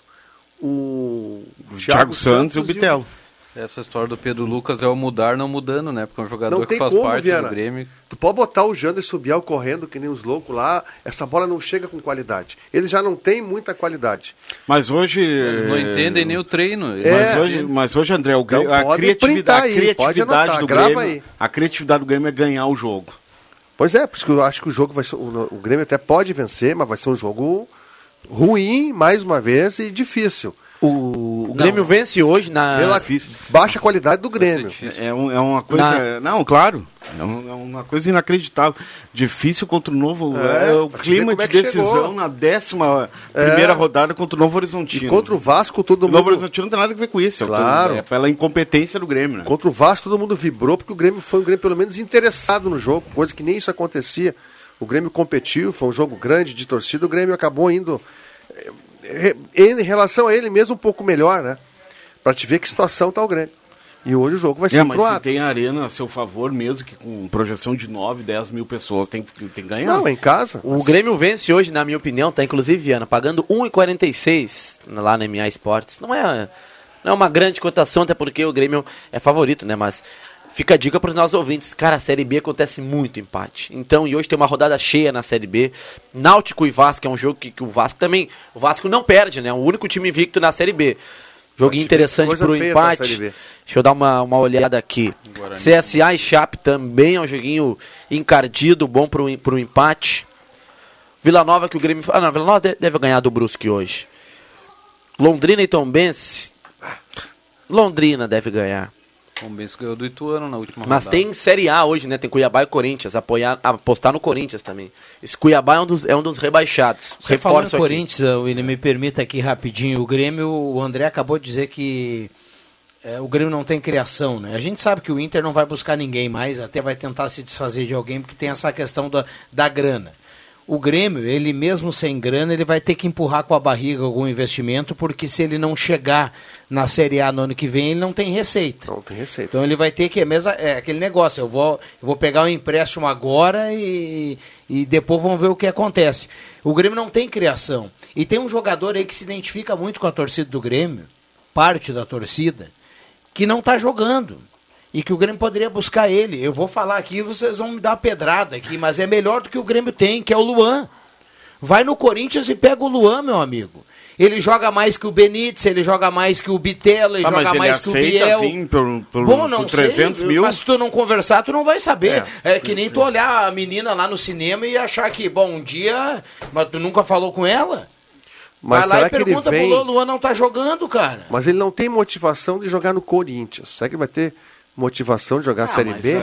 o Thiago Santos e o Bitelo. Essa história do Pedro Lucas é o mudar não mudando, né? Porque é um jogador que faz parte do Grêmio. Tu pode botar o Janderson Biel correndo que nem os loucos lá, essa bola não chega com qualidade. Ele já não tem muita qualidade. Mas hoje... Eles não entendem nem o treino. Mas hoje, André, a criatividade do Grêmio é ganhar o jogo. Pois é, por isso que eu acho que o jogo vai ser... O Grêmio até pode vencer, mas vai ser um jogo ruim, mais uma vez, e difícil. O Grêmio vence hoje na... Pela baixa qualidade do Grêmio. É uma coisa... Não, claro. É uma coisa inacreditável. Difícil contra o Novo... o clima de decisão na 11ª rodada contra o Novo Horizontino. E contra o Vasco todo mundo... O Novo Horizontino não tem nada a ver com isso. Claro. É pela incompetência do Grêmio, né? Contra o Vasco todo mundo vibrou, porque o Grêmio foi um Grêmio pelo menos interessado no jogo, coisa que nem isso acontecia. O Grêmio competiu, foi um jogo grande de torcida, o Grêmio acabou indo... em relação a ele mesmo um pouco melhor, né? Pra te ver que situação tá o Grêmio. E hoje o jogo vai ser mas se tem a arena a seu favor, mesmo que com projeção de 9, 10 mil pessoas, tem que ganhar. Não, em casa. O Grêmio vence hoje, na minha opinião, tá inclusive, Viana, pagando 1,46 lá na MA Esportes. Não é uma grande cotação, até porque o Grêmio é favorito, né? Mas fica a dica para os nossos ouvintes. Cara, a Série B acontece muito empate. Então, e hoje tem uma rodada cheia na Série B. Náutico e Vasco é um jogo que o Vasco também... O Vasco não perde, né? O único time invicto na Série B. Joguinho interessante pro empate. Deixa eu dar uma olhada aqui. Guarani. CSA e Chape também é um joguinho encardido, bom pro empate. Vila Nova que o Grêmio... Vila Nova deve ganhar do Brusque hoje. Londrina e Tombense. Londrina deve ganhar. Tombense ganhou do Ituano na última Mas rodada. tem Série A hoje, né? Tem Cuiabá e Corinthians. Apostar no Corinthians também. Esse Cuiabá é um dos rebaixados. Você falando em Corinthians, ele me permita aqui rapidinho. O Grêmio, o André acabou de dizer que o Grêmio não tem criação, né? A gente sabe que o Inter não vai buscar ninguém mais, até vai tentar se desfazer de alguém, porque tem essa questão da grana. O Grêmio, ele mesmo sem grana, ele vai ter que empurrar com a barriga algum investimento, porque se ele não chegar na Série A no ano que vem, ele não tem receita. Não tem receita. Então ele vai ter que, aquele negócio, eu vou pegar um empréstimo agora e depois vamos ver o que acontece. O Grêmio não tem criação. E tem um jogador aí que se identifica muito com a torcida do Grêmio, parte da torcida, que não está jogando. E que o Grêmio poderia buscar ele. Eu vou falar aqui, vocês vão me dar uma pedrada aqui, mas é melhor do que o Grêmio tem, que é o Luan. Vai no Corinthians e pega o Luan, meu amigo. Ele joga mais que o Benítez, ele joga mais que o Bitelo, ele joga mais que o Biel. Bom, não por 300 sei, mil. Mas se tu não conversar, tu não vai saber. É que nem tu olhar a menina lá no cinema e achar que, um dia, mas tu nunca falou com ela. Mas vai lá e pergunta pro Luan, Luan não tá jogando, cara. Mas ele não tem motivação de jogar no Corinthians. Será que ele vai ter motivação de jogar a Série B?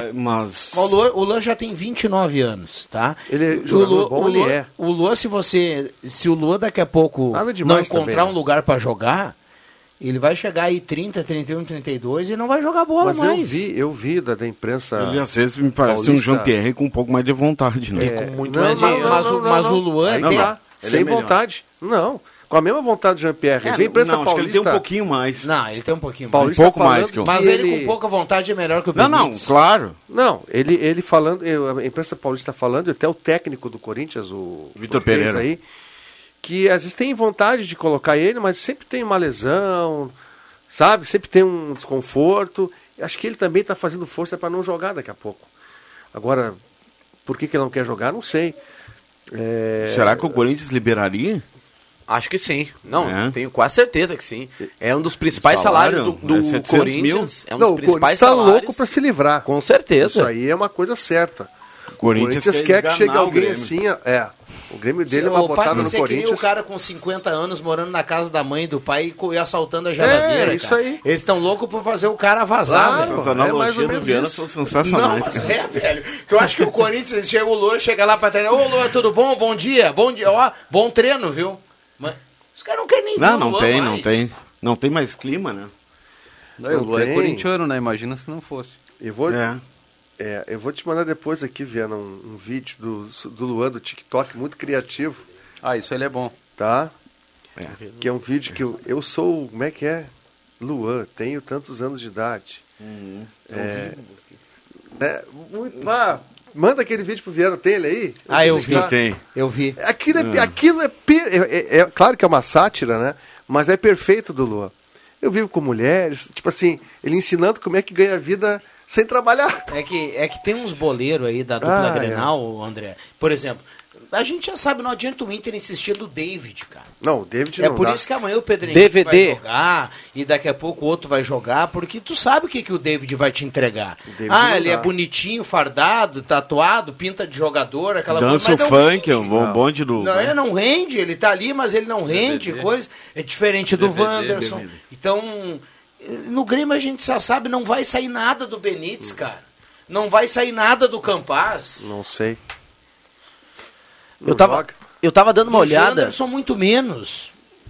O Luan já tem 29 anos, tá? Ele é jogador bom, ele é. O Luan, se o Luan daqui a pouco não encontrar também, um lugar para jogar, ele vai chegar aí 30, 31, 32 e não vai jogar bola mais. Mas eu vi da imprensa. Ele às vezes me parece um Jean-Pierre com um pouco mais de vontade, né? Com muito mais dinheiro. Mas o Luan sem vontade. Não. Com a mesma vontade do Jean-Pierre. Vem pra essa Paulista. Acho que ele tem um pouquinho mais. Não, ele tem um pouquinho mais. Paulista um pouco mais que eu. Mas ele com pouca vontade é melhor que o Benítez. Não, claro. Não, ele falando, a imprensa paulista falando, até o técnico do Corinthians, o Vitor Pereira aí, que às vezes tem vontade de colocar ele, mas sempre tem uma lesão, sabe? Sempre tem um desconforto. Acho que ele também está fazendo força para não jogar daqui a pouco. Agora, por que ele não quer jogar, não sei. Será que o Corinthians liberaria? Acho que sim. Não, tenho quase certeza que sim. É um dos principais salários do Corinthians. É um dos principais salários. O Corinthians está louco para se livrar. Com certeza. Isso aí é uma coisa certa. Corinthians quer que chegue alguém Grêmio. assim, o Grêmio dele é uma botada no Corinthians. O cara com 50 anos morando na casa da mãe e do pai e assaltando a geladeira, isso cara. aí. Eles estão loucos por fazer o cara vazar, Claro, velho. As analogias mais ou do menos Viana isso. são sensacionais. Não, mas cara. velho. Tu acha que o Corinthians chega o Luan, chega lá pra treinar, ô Luan, tudo bom? Bom dia, ó, bom treino, viu? Mas os caras não querem nem ver o Não Luan tem, mais. não tem. Não tem mais clima, né? Não, o Luan é corintiano, né? Imagina se não fosse. Eu vou te mandar depois aqui, Viana, um vídeo do Luan do TikTok muito criativo. Ah, isso ele é bom. Tá? Que é um vídeo que eu sou, como é que é? Luan, tenho tantos anos de idade. Manda aquele vídeo pro Viana, tem ele aí? Eu vi. Eu vi. Aquilo é claro que é uma sátira, né? Mas é perfeito do Luan. Eu vivo com mulheres, tipo assim, ele ensinando como é que ganha vida sem trabalhar. É que tem uns boleiros aí da dupla Grenal, André. Por exemplo, a gente já sabe, não adianta o Inter insistir do David, cara. Não, o David não É por dá. isso que amanhã o Pedro Henrique vai jogar e daqui a pouco o outro vai jogar, porque tu sabe o que o David vai te entregar. Ele é bonitinho, fardado, tatuado, pinta de jogador, aquela Dança coisa. o funk, é um bom bonde do... Não rende, ele tá ali, mas ele não rende, coisa. É diferente do Wanderson. Então, no Grêmio a gente já sabe, não vai sair nada do Benítez, cara. Não vai sair nada do Campaz. Não sei. Eu tava dando uma olhada. São muito menos.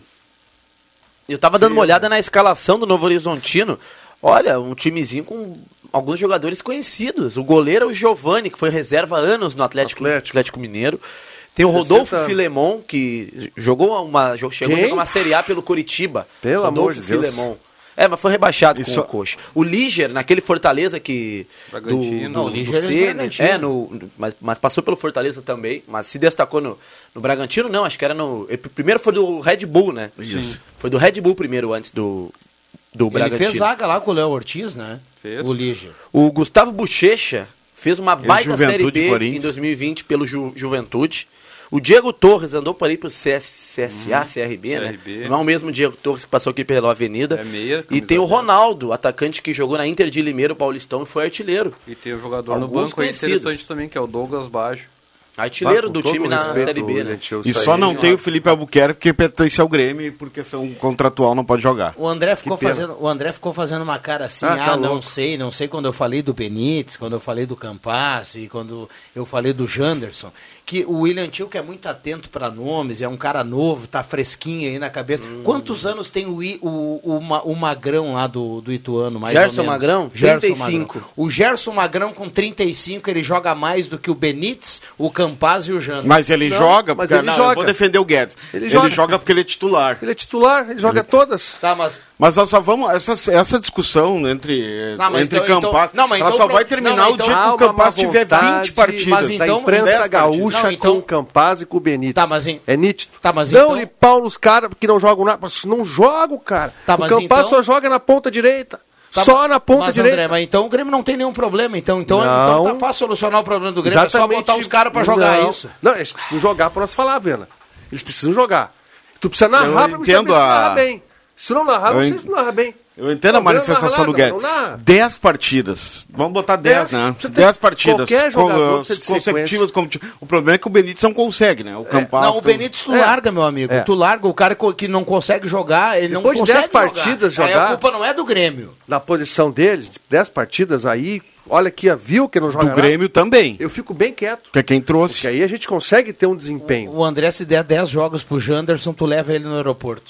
Eu tava dando uma olhada na escalação do Novo Horizontino. Olha, um timezinho com alguns jogadores conhecidos. O goleiro é o Giovani, que foi reserva há anos no Atlético Mineiro. Tem o Rodolfo Filemon, que chegou a jogar uma Série A pelo Coritiba. Pelo amor de Deus. Filemon. Mas foi rebaixado com o Coxa. O Líger, naquele Fortaleza que... Bragantino. O Líger é Bragantino. Mas passou pelo Fortaleza também. Mas se destacou no Bragantino, não. Acho que era primeiro foi do Red Bull, né? Isso. Foi do Red Bull primeiro, antes do Bragantino. Ele fez zaga lá com o Léo Ortiz, né? Fez. O Líger. O Gustavo Bochecha fez uma baita Série B Corinthians. em 2020 pelo Juventude. O Diego Torres andou por aí pro CSA, CRB, né? Não é o mesmo Diego Torres que passou aqui pela Avenida. É meia. E tem o Ronaldo, atacante que jogou na Inter de Limeira, o Paulistão, e foi artilheiro. E tem o jogador no banco aí interessante também, que é o Douglas Baggio. Artilheiro do time na Série B, né? E só não tem o Felipe Albuquerque porque pertence ao Grêmio e por questão contratual não pode jogar. O André ficou fazendo uma cara assim, não sei quando eu falei do Benítez, quando eu falei do Campaz e quando eu falei do Janderson, que o William Tio, que é muito atento para nomes, é um cara novo, tá fresquinho aí na cabeça. Quantos anos tem o Magrão lá do Ituano, mais Gerson ou menos? Magrão? Gerson 35. Magrão. O Gerson Magrão com 35, ele joga mais do que o Benítez, o Campaz e o Janderson. Mas ele joga, porque eu vou defender o Guedes. Ele joga porque ele é titular. Ele é titular, ele joga todas. Tá, mas nós só vamos. Essa discussão entre Campaz. Ela só vai terminar o dia que o Campaz tiver 20 partidas. Mas então, a imprensa gaúcha com o Campaz e com o Benítez. Tá, mas é nítido. Tá, mas Dão-lhe pau nos caras que não jogam nada. Mas não jogam, cara. Tá, o Campaz só joga na ponta direita. Só na ponta direita. André, mas então o Grêmio não tem nenhum problema. Então tá fácil solucionar o problema do Grêmio. Exatamente. É só botar os caras pra jogar isso. Não, eles precisam jogar pra nós falar, Viana. Eles precisam jogar. Tu precisa narrar pra você narrar bem. Se tu não narrar, você não narra bem. Eu entendo a manifestação do Guedes. 10 partidas. Vamos botar 10, né? 10 partidas consecutivas. O problema é que o Benítez não consegue, né? O Campaz. Não, o Benítez tu larga, meu amigo. Tu larga o cara que não consegue jogar, ele depois não consegue de 10 partidas jogar. Aí a culpa não é do Grêmio. Na posição deles, 10 partidas aí, olha aqui, viu que não joga do Grêmio também. Eu fico bem quieto. Porque é quem trouxe. Porque aí a gente consegue ter um desempenho. O André, se der 10 jogos pro Janderson, tu leva ele no aeroporto.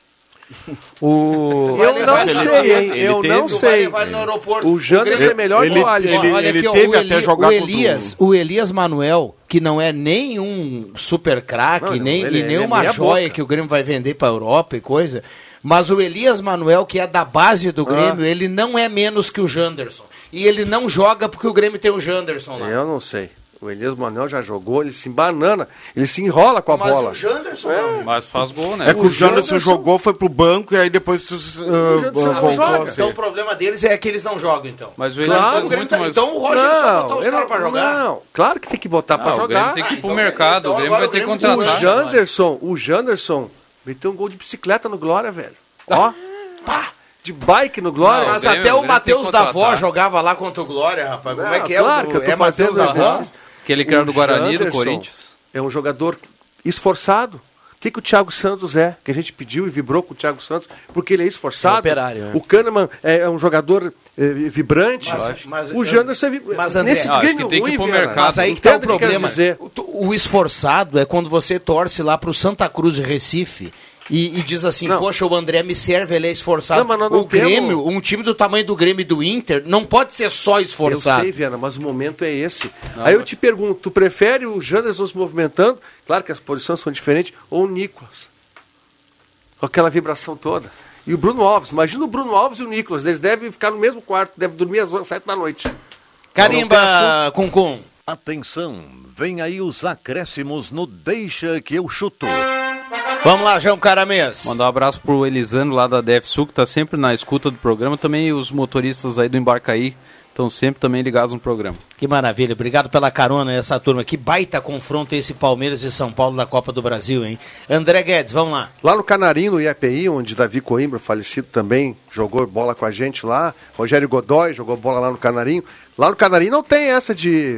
Eu não sei, hein? Eu não sei. O Janderson é melhor que o Alisson. Ele teve até jogar o Elias Manuel, que não é nem um super craque, nem uma joia que o Grêmio vai vender pra Europa e coisa, mas o Elias Manuel, que é da base do Grêmio, ele não é menos que o Janderson. E ele não joga porque o Grêmio tem o Janderson lá. Eu não sei. O Elias Manuel já jogou, ele se embanana, ele se enrola com a bola. Mas o Janderson não. Mas faz gol, né? É que o Janderson jogou, foi pro banco e aí depois voltou. Então o problema deles é que eles não jogam, então. Mas o Elias faz muito mais... Então o Roger só botar os caras pra jogar. Não, claro que tem que botar pra jogar. O Grêmio tem que ir pro mercado, o Grêmio vai ter que contratar. O Janderson meteu um gol de bicicleta no Glória, velho. Ó, pá! De bike no Glória. Mas até o Matheus Davó jogava lá contra o Glória, rapaz. Como é que é? Claro que eu tô fazendo exercício. Aquele que era do Guarani, do Janderson Corinthians. É um jogador esforçado. O que o Thiago Santos é? Que a gente pediu e vibrou com o Thiago Santos, porque ele é esforçado. É operário, né? O Kahneman é um jogador vibrante. O Janderson é vibrante. Mas, André, nesse acho que tem que ir pro mercado. Mas aí que tá o Entende o que eu quero problema. dizer? O esforçado é quando você torce lá pro Santa Cruz de Recife e diz assim, Não. poxa, o André me serve, ele é esforçado. Não, mas nós não o Grêmio, temos- um time do tamanho do Grêmio e do Inter, não pode ser só esforçado. Eu sei, Viana, mas o momento é esse. Aí eu te pergunto, tu prefere o Janderson se movimentando, claro que as posições são diferentes, ou o Nicolas? Com aquela vibração toda. E o Bruno Alves, imagina o Bruno Alves e o Nicolas, eles devem ficar no mesmo quarto, devem dormir às 7 da noite. Carimba, Cuncum. Atenção, vem aí os acréscimos no Deixa que eu chuto. Vamos lá, João Caramês. Mandar um abraço pro Elisandro lá da DF Sul, que tá sempre na escuta do programa. Também os motoristas aí do Embarcaí estão sempre também ligados no programa. Que maravilha, obrigado pela carona essa turma. Que baita confronto esse Palmeiras e São Paulo da Copa do Brasil, hein? André Guedes, vamos lá. Lá no Canarinho, no IAPI, onde Davi Coimbra, falecido também, jogou bola com a gente lá. Rogério Godoy jogou bola lá no Canarinho. Lá no Canarinho não tem essa de...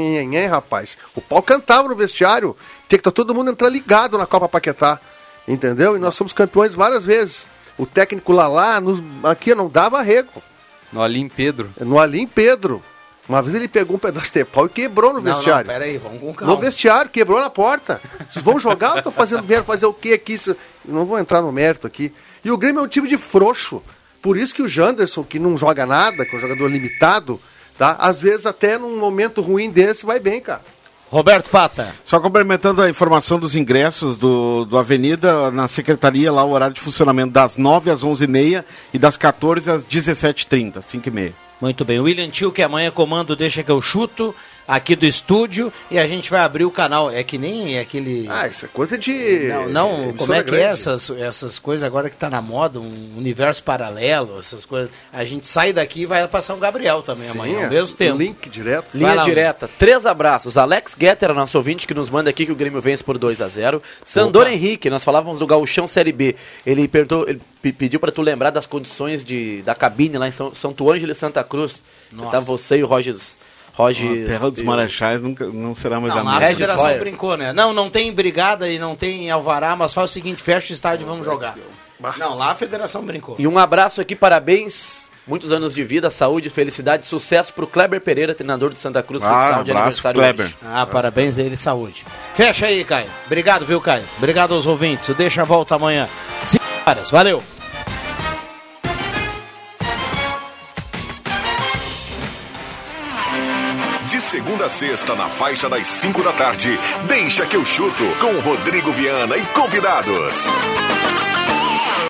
rapaz. O pau cantava no vestiário. Tinha que estar todo mundo entrando ligado na Copa Paquetá. Entendeu? E nós somos campeões várias vezes. O técnico lá, aqui não dava arrego. No Alim Pedro. No Alim Pedro. Uma vez ele pegou um pedaço de pau e quebrou no vestiário. Não, peraí, vamos com calma. No vestiário, quebrou na porta. Vocês vão jogar ou tô fazendo mérito? Fazer o quê aqui? Não vou entrar no mérito aqui. E o Grêmio é um time de frouxo. Por isso que o Janderson, que não joga nada, que é um jogador limitado, tá? Às vezes até num momento ruim desse vai bem, cara. Roberto Pata. Só complementando a informação dos ingressos do Avenida, na secretaria lá o horário de funcionamento das 9 às 11h30 e das 14 às 17h30, 5h30. Muito bem, o William Tio, que amanhã comando Deixa que eu chuto, aqui do estúdio, e a gente vai abrir o canal, é que nem aquele... isso é coisa de... Não, como é que grande. é essas coisas agora que tá na moda, um universo paralelo, essas coisas, a gente sai daqui e vai passar o Gabriel também amanhã, ao mesmo tempo. Link direto. Linha direta, 3 abraços. Alex Getter, nosso ouvinte, que nos manda aqui que o Grêmio vence por 2-0. Sandor Henrique, nós falávamos do Gauchão Série B. Ele pediu para tu lembrar das condições da cabine lá em Santo Ângelo e Santa Cruz. Tá você e o Rogers. A Terra dos Marechais não será mais a mesma. A geração brincou, né? Não tem brigada e não tem alvará, mas faz o seguinte, fecha o estádio e vamos jogar. Não, lá a federação brincou. E um abraço aqui, parabéns, muitos anos de vida, saúde, felicidade, sucesso pro Kleber Pereira, treinador de Santa Cruz, futsal de aniversário Kleber. hoje. Parabéns a ele, saúde. Fecha aí, Caio. Obrigado, viu, Caio? Obrigado aos ouvintes. Deixa a volta amanhã. 5 horas, valeu. De segunda a sexta, na faixa das 5 da tarde, Deixa que eu chuto, com Rodrigo Viana e convidados.